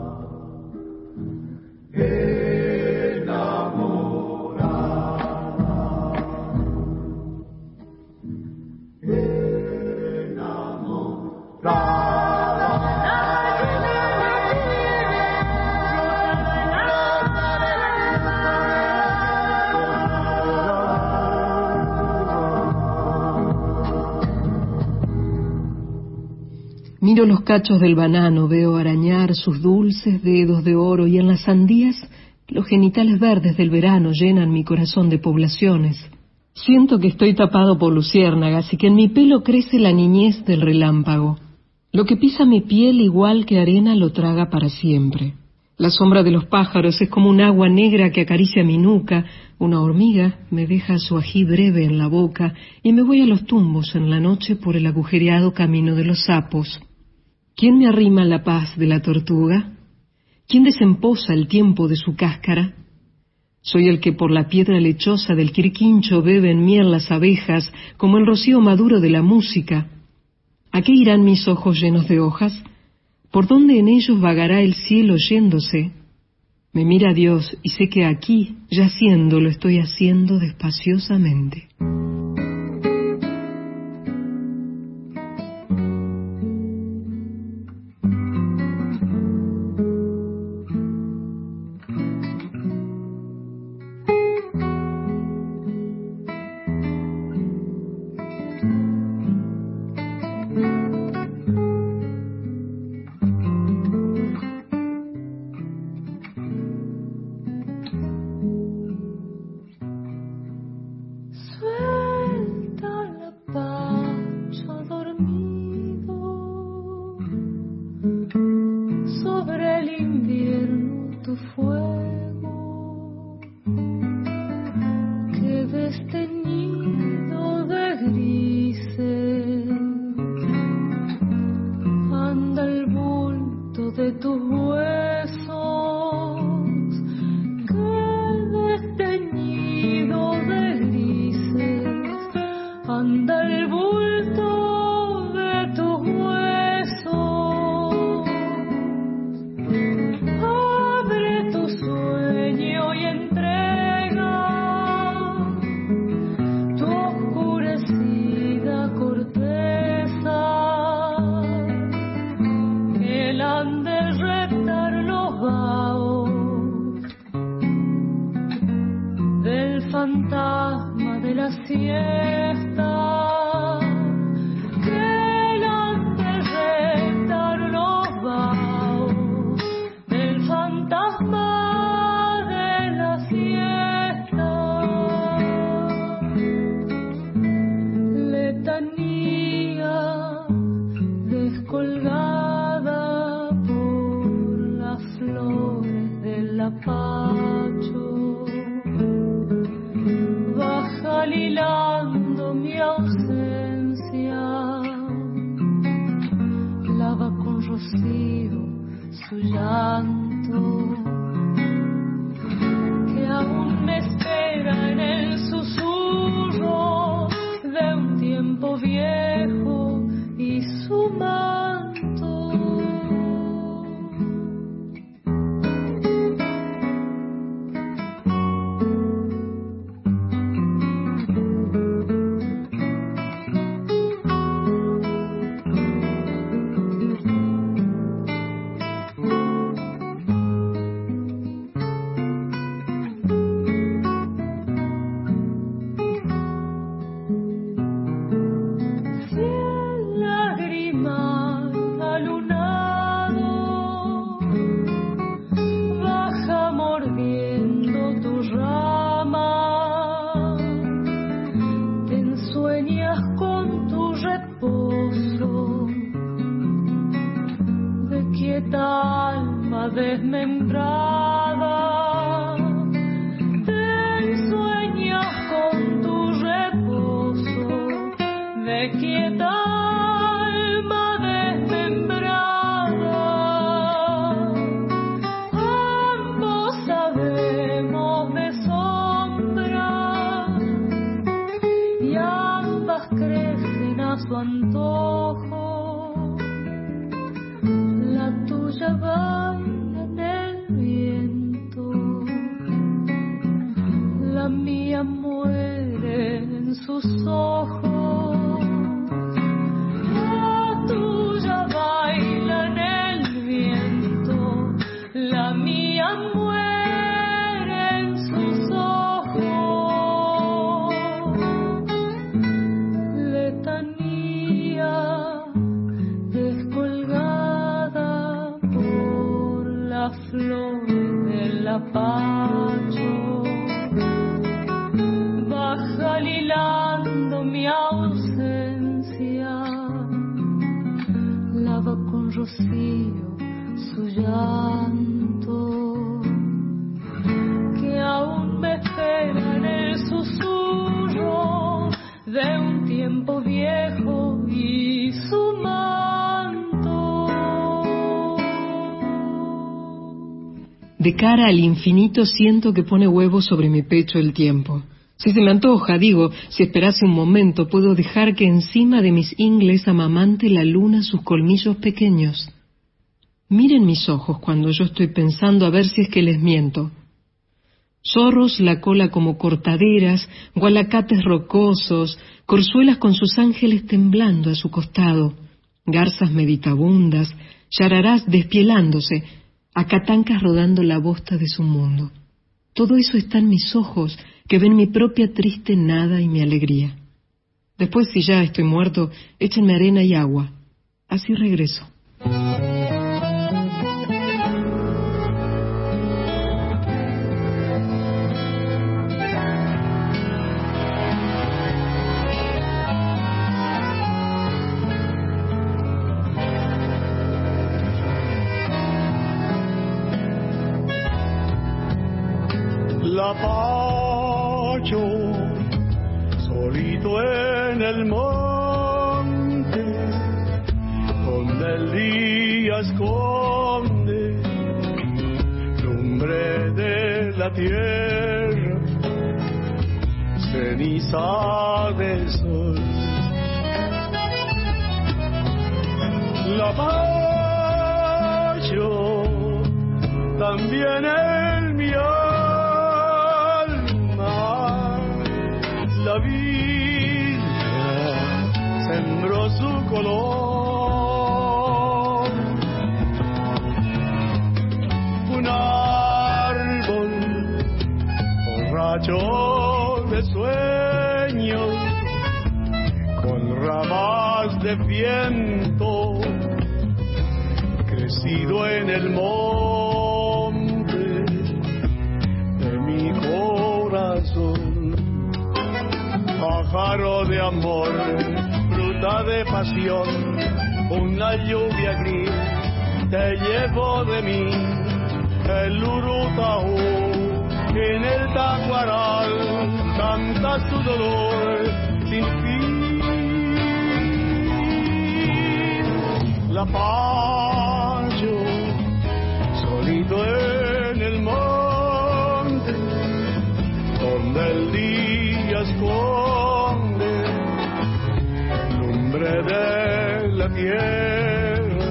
Miro los cachos del banano, veo arañar sus dulces dedos de oro y en las sandías los genitales verdes del verano llenan mi corazón de poblaciones. Siento que estoy tapado por luciérnagas y que en mi pelo crece la niñez del relámpago. Lo que pisa mi piel igual que arena lo traga para siempre. La sombra de los pájaros es como un agua negra que acaricia mi nuca. Una hormiga me deja su ají breve en la boca y me voy a los tumbos en la noche por el agujereado camino de los sapos. ¿Quién me arrima la paz de la tortuga? ¿Quién desemposa el tiempo de su cáscara? Soy el que por la piedra lechosa del quirquincho beben miel las abejas, como el rocío maduro de la música. ¿A qué irán mis ojos llenos de hojas? ¿Por dónde en ellos vagará el cielo yéndose? Me mira Dios y sé que aquí, yaciendo, lo estoy haciendo despaciosamente. Sueño tu fuego, que desteñido de grises anda el bulto de tus huesos, que desteñido de grises anda el bulto de tus huesos. Abre tu sueño y entrega tu oscurecida corteza, que la han de retar los vaos del fantasma de la siesta, que la han de retar los vaos del fantasma de la siesta. Letanía descolgada por las flores del apacho, baja hilando mi ausencia, lava con rocío su llanto, que aún me espera en el susurro de un tiempo viejo y su manto. Cien lágrimas alunado, baja mordiendo tu rama, te ensueñas con tu reposo de quieta alma desmembrada, te ensueñas con tu reposo de quieta alma desmembrada. Ambos sabemos de sombras y ambas crecen a su antojo. La tuya baila en el viento, la mía muere en sus ojos. La tuya baila en el viento, la mía muere en sus ojos. Letanía descolgada por las flores del apacho, baja hilando mi ausencia, lava con rocío su llanto, que aún me espera en el susurro de un tiempo viejo y su manto. De cara al infinito siento que pone huevos sobre mi pecho el tiempo. Si se me antoja, digo, si esperase un momento, puedo dejar que encima de mis ingles amamante la luna sus colmillos pequeños. Miren mis ojos cuando yo estoy pensando a ver si es que les miento. Zorros la cola como cortaderas, gualacates rocosos, corzuelas con sus ángeles temblando a su costado, garzas meditabundas, yararás despielándose, acatancas rodando la bosta de su mundo. Todo eso está en mis ojos, que ven mi propia triste nada y mi alegría. Después, si ya estoy muerto, échenme arena y agua. Así regreso. Lapacho, solito en el monte, donde el día esconde lumbre de la tierra, ceniza de sol. Lapacho, también en mi alma la vida sembró su color. Un árbol borracho de sueños, con ramas de viento, crecido en el monte de mi corazón. Pájaro de amor, fruta de pasión, una lluvia gris te llevo de mí. El urutaú en el tacuaral canta su dolor sin fin. Lapacho, solito en el monte, donde el día esconde lumbre de la tierra,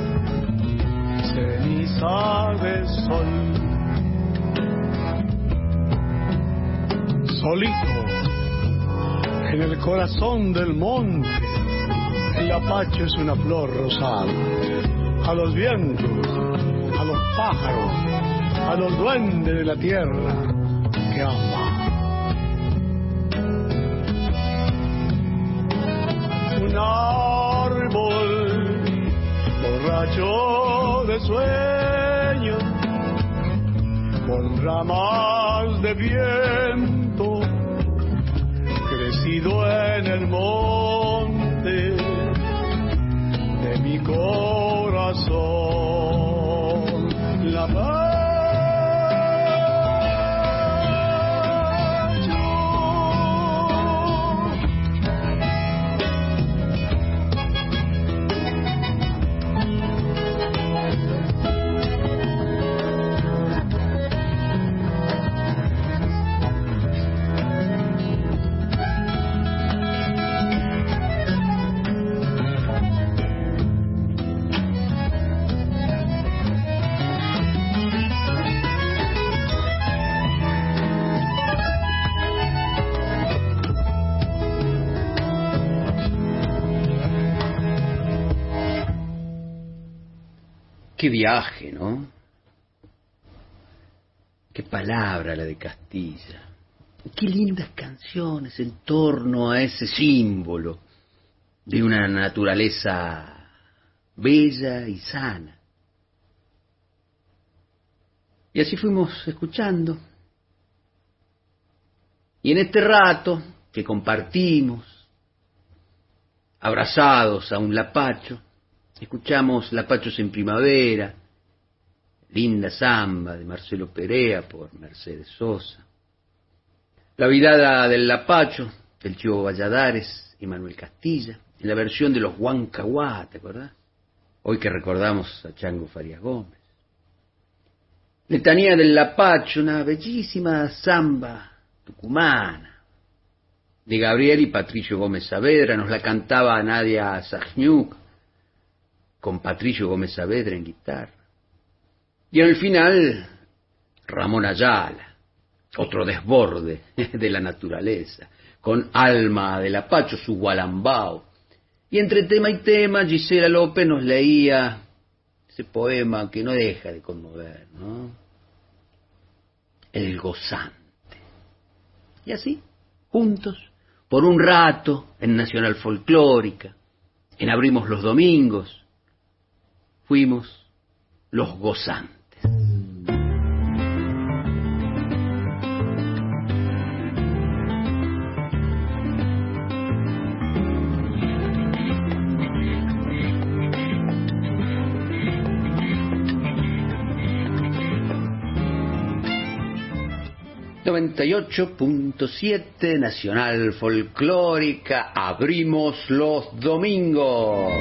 ceniza de sol. Solito en el corazón del monte, el lapacho es una flor rosada. A los vientos, a los pájaros, a los duendes de la tierra que ama. Un árbol borracho de sueños, con ramas de viento, crecido en el monte de mi corazón. Lapacho, Qué viaje, ¿no? Qué palabra la de Castilla. Qué lindas canciones en torno a ese símbolo de una naturaleza bella y sana. Y así fuimos escuchando. Y en este rato que compartimos, abrazados a un lapacho, escuchamos Lapachos en Primavera, linda samba de Marcelo Perea por Mercedes Sosa, La Vidada del Lapacho del Chivo Valladares y Manuel Castilla, en la versión de los Huancahuá, ¿te acordás? Hoy que recordamos a Chango Farías Gómez. Letanía del Lapacho, una bellísima samba tucumana, de Gabriel y Patricio Gómez Saavedra, nos la cantaba Nadia Sajniuk, con Patricio Gómez Saavedra en guitarra. Y en el final, Ramón Ayala, otro desborde de la naturaleza, con Alma de Lapacho, su gualambao. Y entre tema y tema, Gisela López nos leía ese poema que no deja de conmover, ¿no? El gozante. Y así, juntos, por un rato, en Nacional Folclórica, en Abrimos los Domingos, fuimos los gozantes. 98.7 Nacional Folclórica, abrimos los domingos.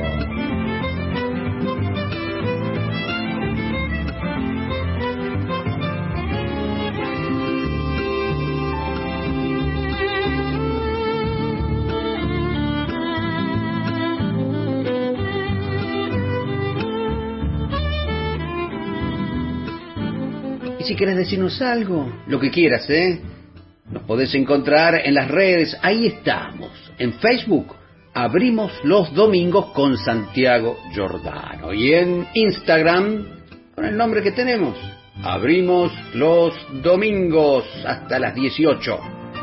Y si quieres decirnos algo, lo que quieras, nos podés encontrar en las redes, ahí estamos. En Facebook, Abrimos los Domingos con Santiago Giordano. Y en Instagram, con el nombre que tenemos, Abrimos los Domingos hasta las 18.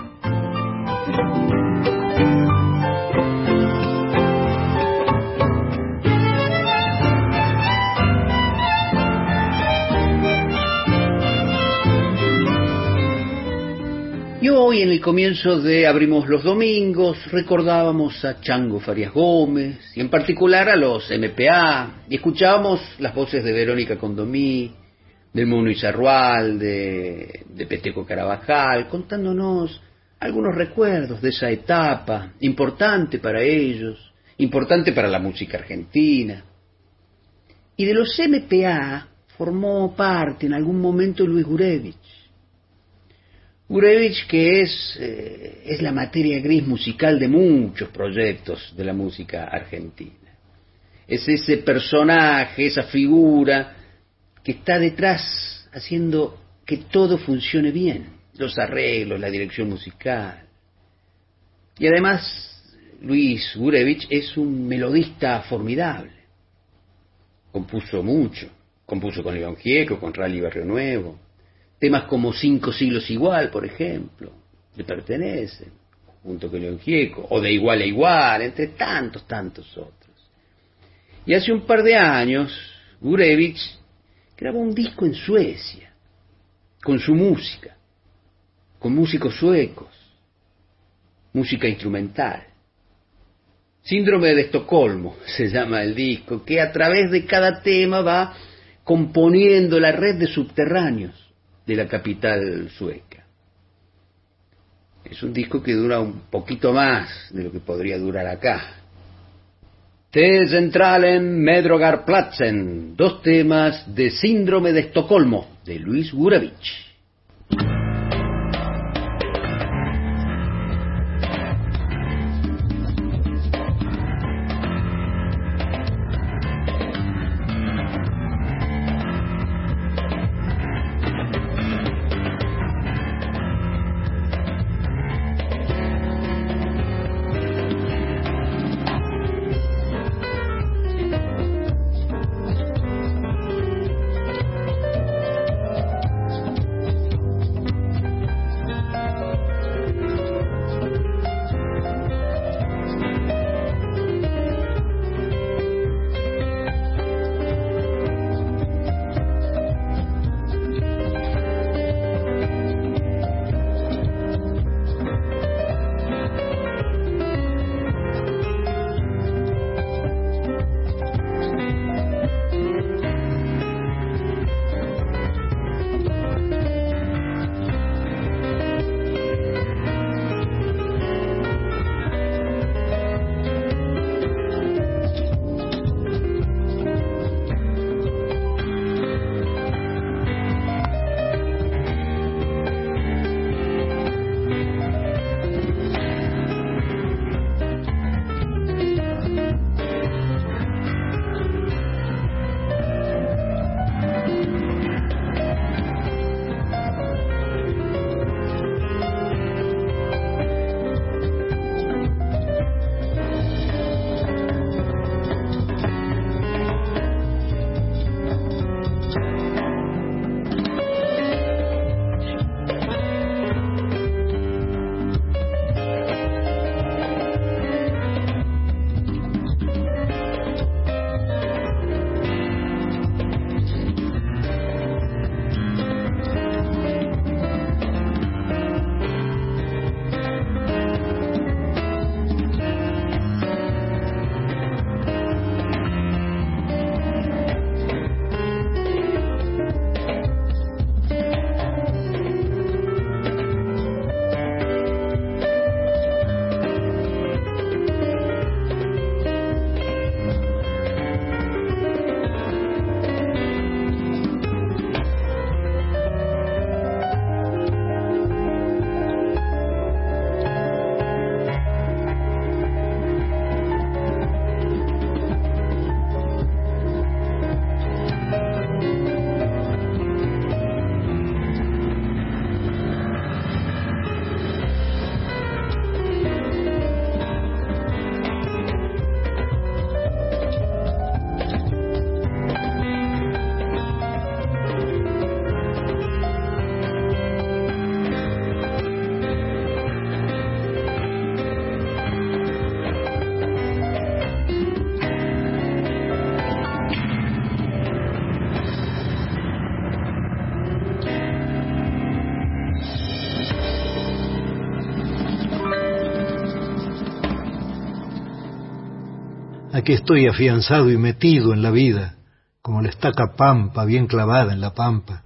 Y hoy, en el comienzo de Abrimos los Domingos, recordábamos a Chango Farías Gómez, y en particular a los MPA, y escuchábamos las voces de Verónica Condomí, del Mono Izarrual, de Peteco Carabajal, contándonos algunos recuerdos de esa etapa, importante para ellos, importante para la música argentina. Y de los MPA formó parte en algún momento Luis Gurevich. Gurevich, que es la materia gris musical de muchos proyectos de la música argentina. Es ese personaje, esa figura que está detrás haciendo que todo funcione bien, los arreglos, la dirección musical. Y además, Luis Gurevich es un melodista formidable. Compuso mucho, compuso con León Gieco, con Rally Barrio Nuevo. Temas como 5 siglos igual, por ejemplo, le pertenecen, junto con León Gieco, o De igual a igual, entre tantos otros. Y hace un par de años, Gurevich grabó un disco en Suecia, con su música, con músicos suecos, música instrumental. Síndrome de Estocolmo se llama el disco, que a través de cada tema va componiendo la red de subterráneos de la capital sueca. Es un disco que dura un poquito más de lo que podría durar acá. T Centralen Medrogarplatsen, 2 temas de Síndrome de Estocolmo, de Luis Gurevich. Aquí estoy afianzado y metido en la vida, como la estaca pampa bien clavada en la pampa.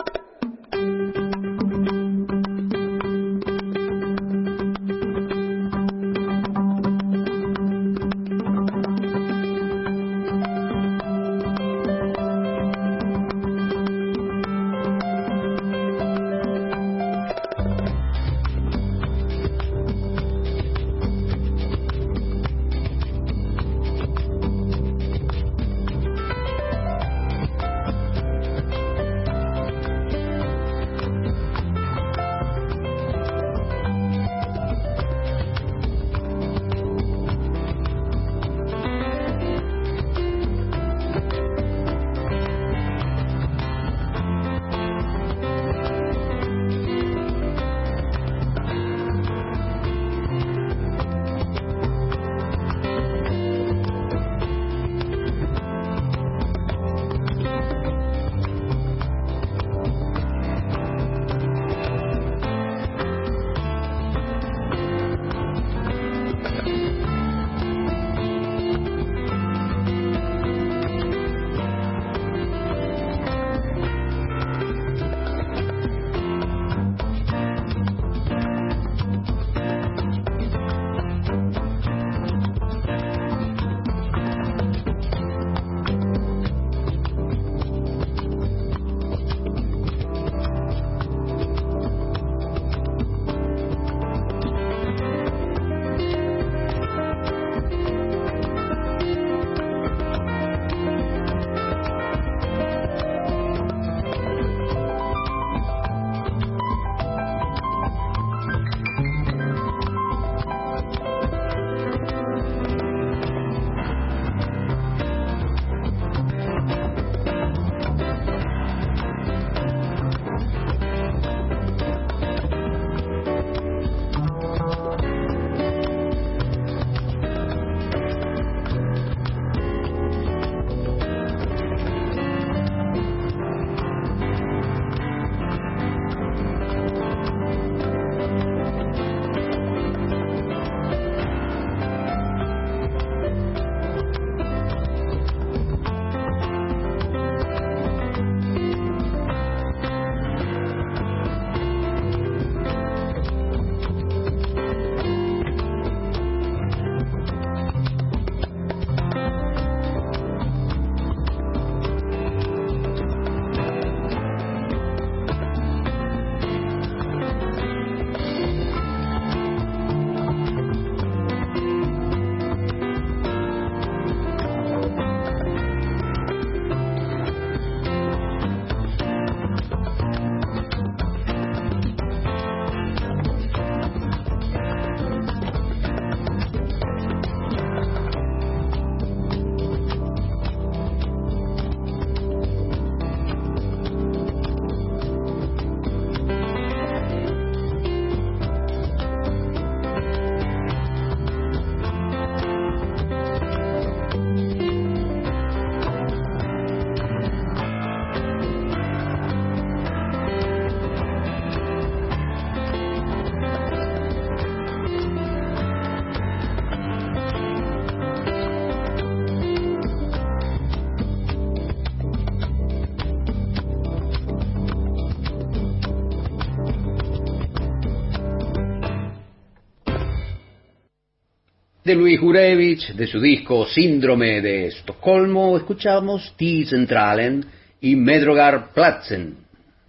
De Luis Gurevich, de su disco Síndrome de Estocolmo, escuchamos Die Zentralen y Medrogar Platzen.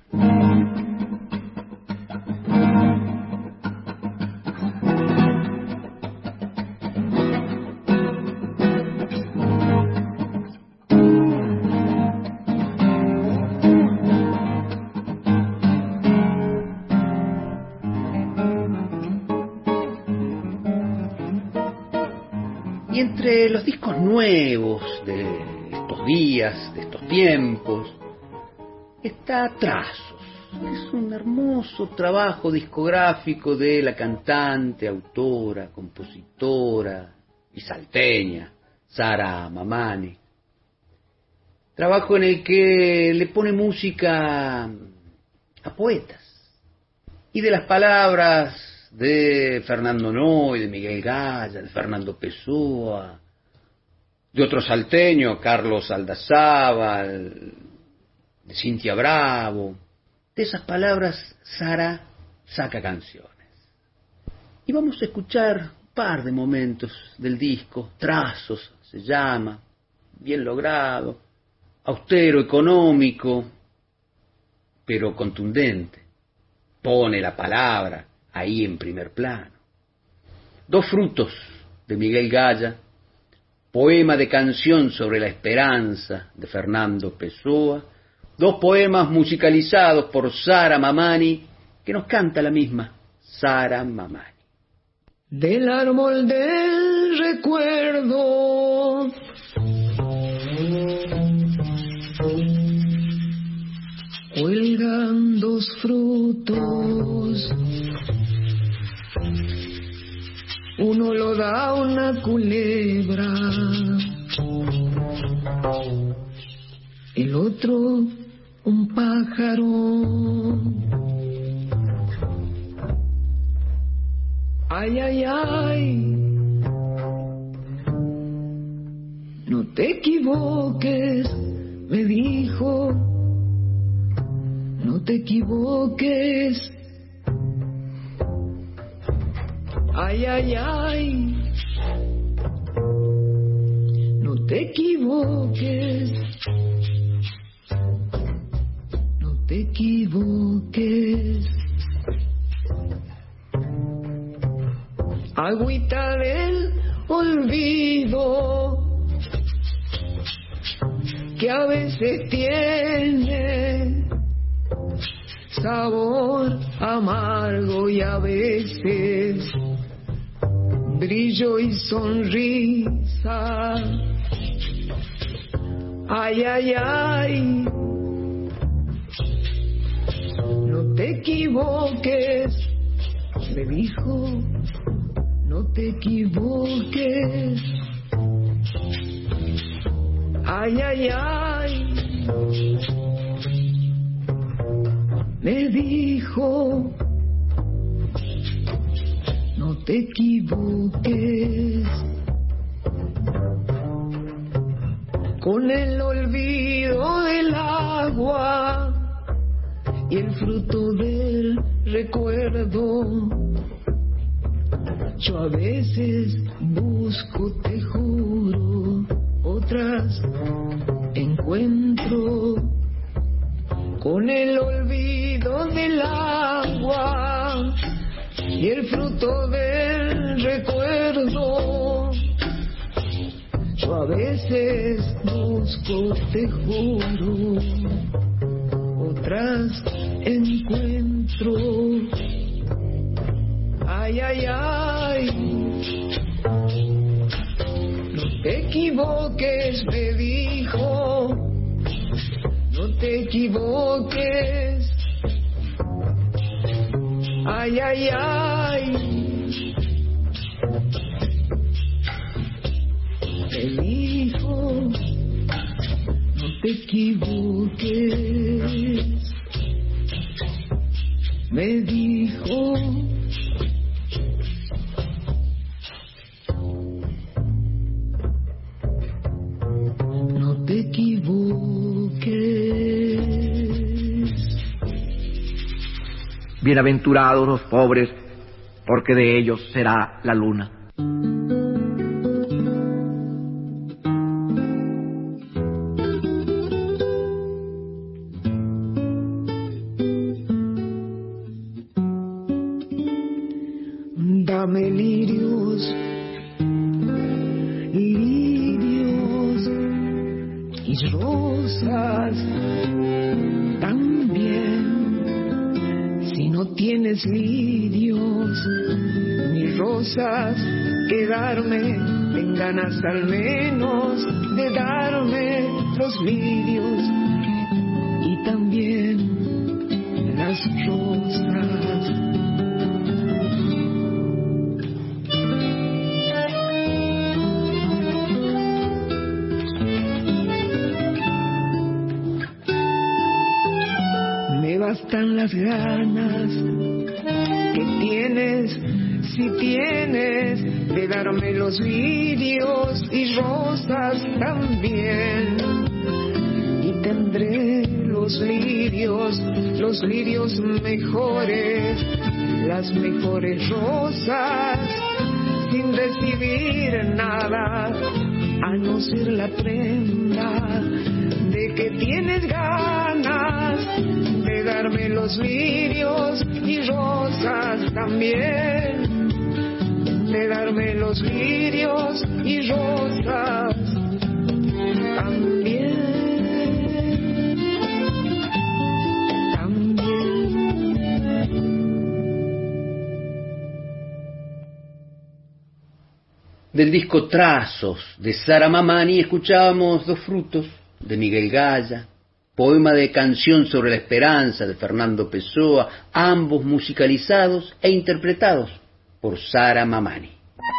Y entre los discos nuevos de estos días, de estos tiempos, está Trazos. Es un hermoso trabajo discográfico de la cantante, autora, compositora y salteña Sara Mamani. Trabajo en el que le pone música a poetas. Y de las palabras de Fernando Noy, de Miguel Gaya, de Fernando Pessoa, de otro salteño, Carlos Aldazábal, de Cintia Bravo. De esas palabras, Sara saca canciones. Y vamos a escuchar un par de momentos del disco. Trazos se llama, bien logrado, austero, económico, pero contundente. Pone la palabra ahí en primer plano. Dos frutos de Miguel Gaya, poema de canción sobre la esperanza de Fernando Pessoa, dos poemas musicalizados por Sara Mamani, que nos canta la misma Sara Mamani. Del árbol del recuerdo cuelgan dos frutos, uno lo da una culebra, el otro un pájaro. Ay, ay, ay, no te equivoques, me dijo, no te equivoques. Ay, ay, ay, no te equivoques, no te equivoques. Agüita del olvido que a veces tiene sabor amargo y a veces brillo y sonrisa. Ay, ay, ay, no te equivoques, me dijo, no te equivoques. Ay, ay, ay, me dijo, no te equivoques. Con el olvido del agua y el fruto del recuerdo, yo a veces busco, te juro, otras encuentro. Con el olvido del agua y el fruto del recuerdo, yo a veces busco, te juro, otras encuentro. Ay, ay, ay, no te equivoques, me dijo, no te equivoques. Ay, ay, ay, me dijo, no te equivoques. Me dijo, no te equivoques. Bienaventurados los pobres, porque de ellos será la luna. Dame lirios, lirios y rosas también. Si no tienes lirios ni rosas que darme, ten ganas al menos de darme los lirios y también las rosas. Bastan las ganas que tienes, si tienes de darme los lirios y rosas también. Y tendré los lirios mejores, las mejores rosas, sin recibir nada, a no ser la prenda de que tienes ganas de darme los lirios y rosas también, de darme los lirios y rosas también. Del disco Trazos de Sara Mamani escuchábamos Dos frutos de Miguel Gaya, poema de Canción sobre la esperanza de Fernando Pessoa, ambos musicalizados e interpretados por Sara Mamani.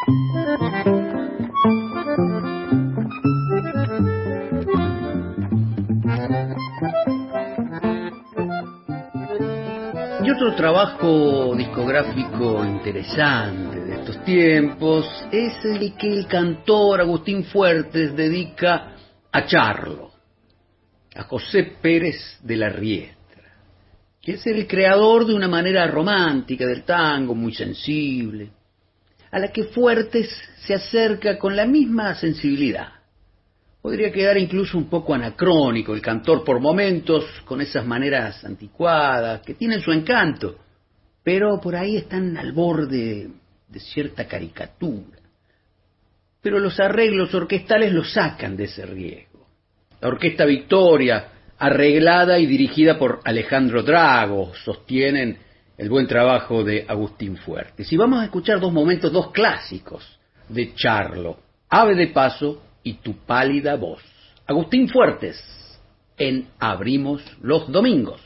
Y otro trabajo discográfico interesante de estos tiempos es el que el cantor Agustín Fuertes dedica a Charlo, a José Pérez de la Riestra, que es el creador de una manera romántica del tango, muy sensible, a la que Fuertes se acerca con la misma sensibilidad. Podría quedar incluso un poco anacrónico el cantor por momentos, con esas maneras anticuadas, que tienen su encanto, pero por ahí están al borde de cierta caricatura. Pero los arreglos orquestales lo sacan de ese riesgo. La Orquesta Victoria, arreglada y dirigida por Alejandro Drago, sostienen el buen trabajo de Agustín Fuertes. Y vamos a escuchar dos momentos, dos clásicos de Charlo, Ave de Paso y Tu pálida voz. Agustín Fuertes en Abrimos los Domingos.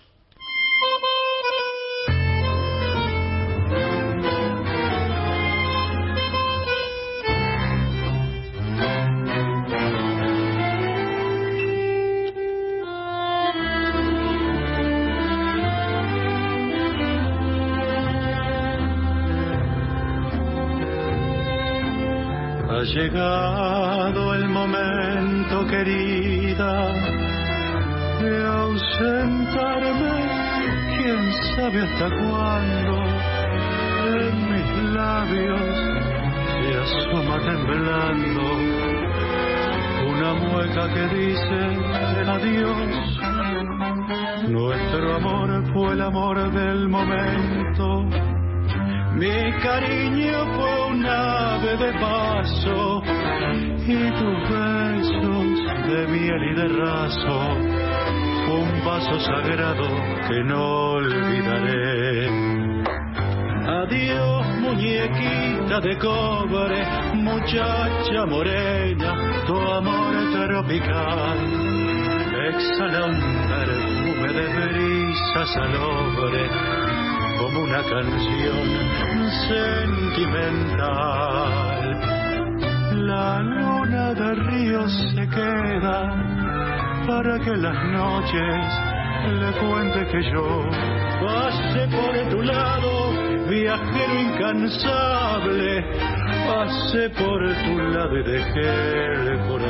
Ha llegado el momento, querida, de ausentarme, quién sabe hasta cuándo. En mis labios se asoma temblando una mueca que dice adiós. Nuestro amor fue el amor del momento. Mi cariño fue un ave de paso y tus besos de miel y de raso, un vaso sagrado que no olvidaré. Adiós, muñequita de cobre, muchacha morena, tu amor tropical exhala un perfume de brisa salobre, como una canción sentimental. La luna de río se queda para que las noches le cuente que yo pasé por tu lado, viajero incansable, pasé por tu lado y dejé el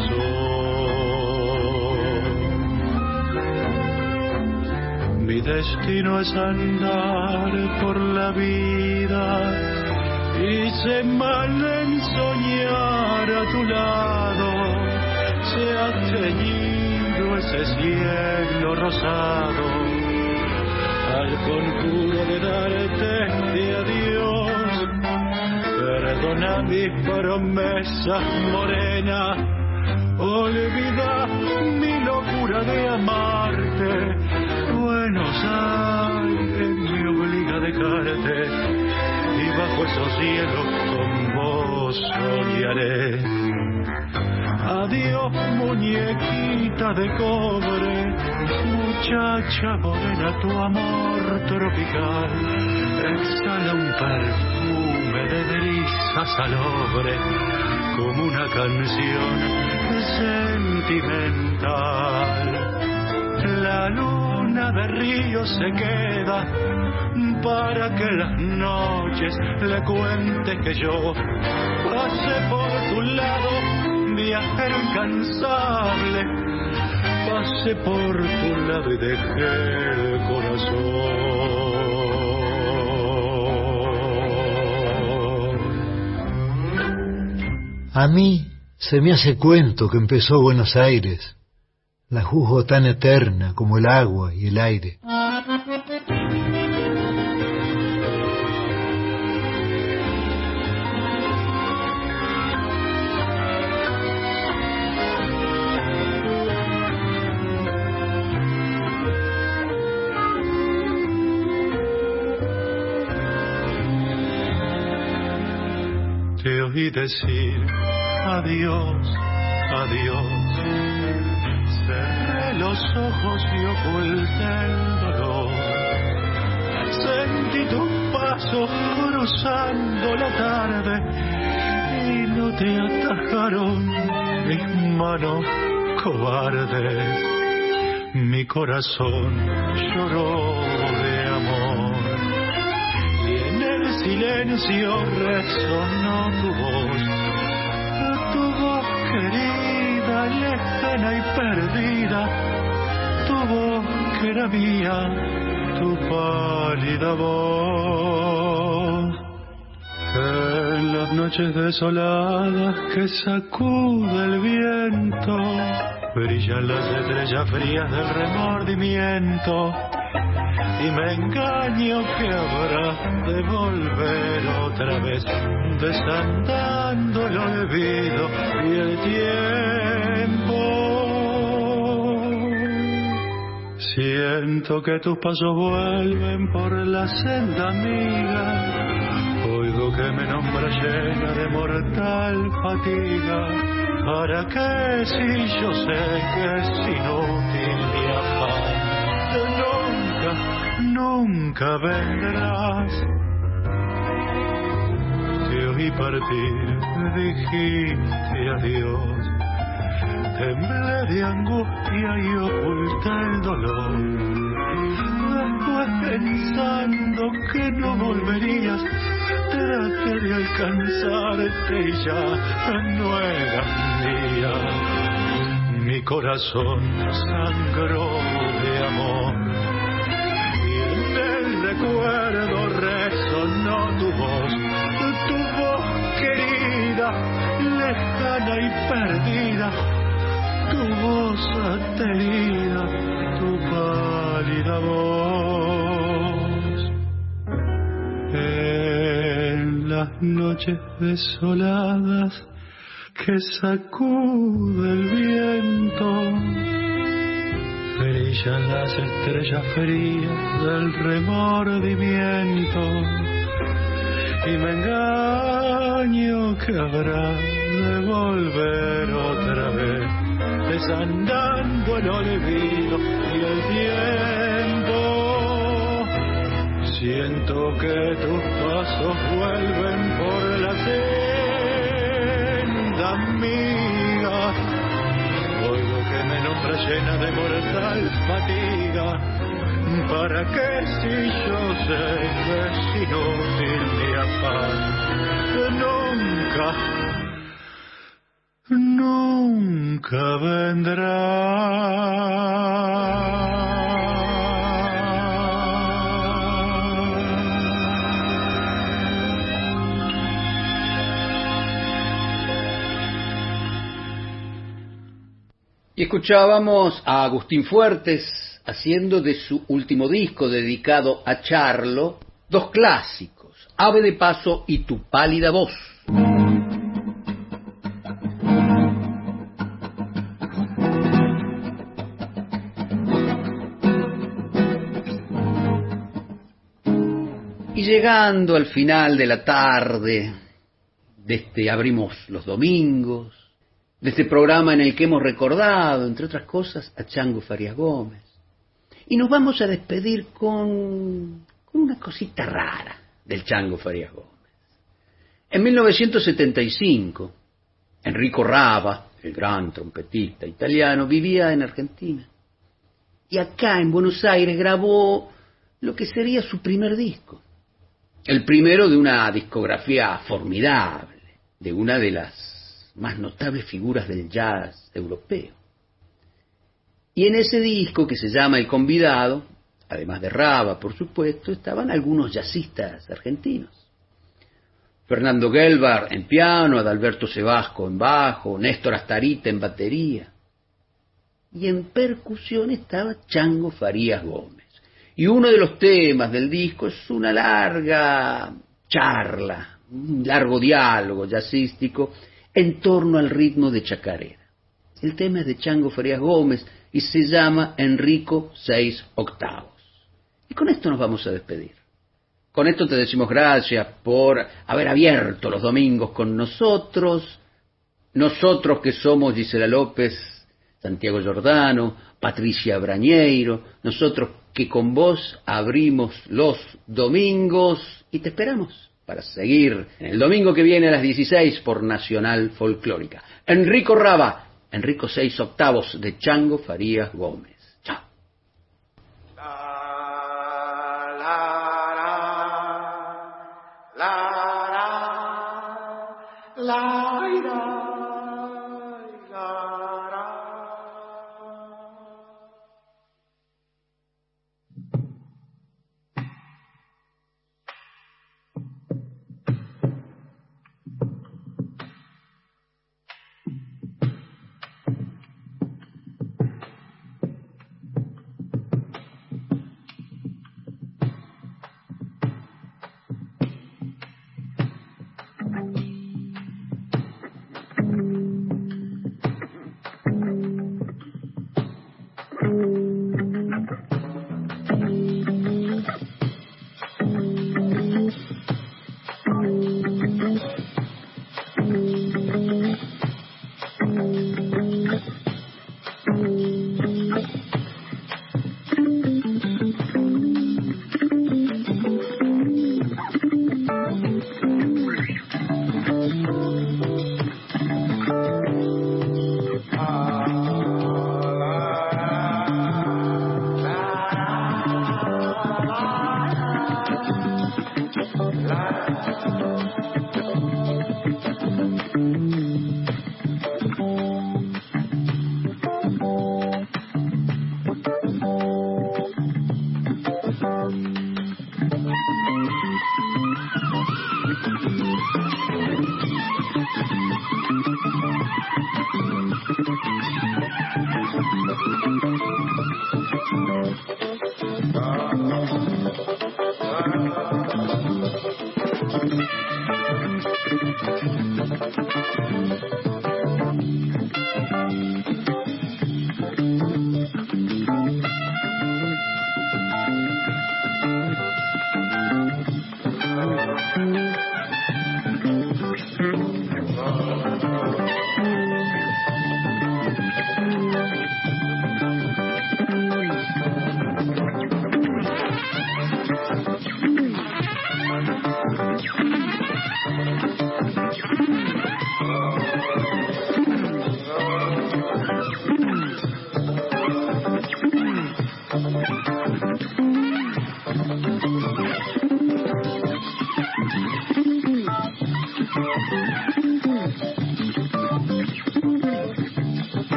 corazón. Mi destino es andar por la vida y se mal en soñar a tu lado. Se ha teñido ese cielo rosado al conjuro de darte de adiós. Perdona mis promesas, morena, olvida mi locura de amarte. Buenos Aires me obliga a dejarte y bajo esos cielos con vos soñaré. Adiós, muñequita de cobre, muchacha morena, tu amor tropical exhala un perfume de brisa salobre, como una canción sentimental. La luna luna de río se queda para que las noches le cuente que yo pasé por tu lado, viajero incansable, pasé por tu lado y dejé el corazón. A mí se me hace cuento que empezó Buenos Aires. La juzgo tan eterna como el agua y el aire. Te oí decir adiós, adiós. Cerré los ojos y oculté el dolor. Sentí tus pasos cruzando la tarde y no te atajaron mis manos cobardes. Mi corazón lloró de amor y en el silencio resonó tu voz querida, lejana y perdida, tu voz que era mía, tu pálida voz. En las noches desoladas que sacude el viento, brillan las estrellas frías del remordimiento, y me engaño que habrá de volver otra vez, desandando el olvido y el tiempo. Siento que tus pasos vuelven por la senda amiga, oigo que me nombra llena de mortal fatiga. ¿Para qué si yo sé que es inútil viajar? Nunca vendrás. Te oí partir, dijiste adiós. Temblé de angustia y oculté el dolor. Después pensando que no volverías, traté de alcanzarte y ya no eras mía. Mi corazón sangró de amor. Recuerdo resonó tu voz querida, lejana y perdida, tu voz aterida, tu pálida voz. En las noches desoladas que sacude el viento, brillan las estrellas frías del remordimiento, y me engaño que habrá de volver otra vez, desandando el olvido y el tiempo. Siento que tus pasos vuelven por la senda amiga, oigo que me nombra llena de mortal fatiga. ¿Para qué si yo sé que es inútil viajar? Nunca vendrá. Y escuchábamos a Agustín Fuertes haciendo de su último disco dedicado a Charlo dos clásicos, Ave de Paso y Tu Pálida Voz. Y llegando al final de la tarde de este Abrimos los Domingos, de este programa en el que hemos recordado, entre otras cosas, a Chango Farías Gómez. Y nos vamos a despedir con una cosita rara del Chango Farías Gómez. En 1975, Enrico Rava, el gran trompetista italiano, vivía en Argentina. y acá en Buenos Aires grabó lo que sería su primer disco. El primero de una discografía formidable, de una de las más notables figuras del jazz europeo. Y en ese disco, que se llama El Convidado, además de Raba, por supuesto, estaban algunos jazzistas argentinos. Fernando Gelbar en piano, Adalberto Sebasco en bajo, Néstor Astarita en batería. Y en percusión estaba Chango Farías Gómez. Y uno de los temas del disco es una larga charla, un largo diálogo jazzístico en torno al ritmo de chacarera. El tema es de Chango Farías Gómez y se llama Enrico 6/8. Y con esto nos vamos a despedir. Con esto te decimos gracias por haber abierto los domingos con nosotros que somos Gisela López, Santiago Giordano, Patricia Brañeiro, nosotros que con vos abrimos los domingos y te esperamos para seguir en el domingo que viene a las 16 por Nacional Folclórica. Enrico Raba, Enrico 6/8 de Chango Farías Gómez. Chao.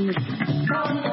Con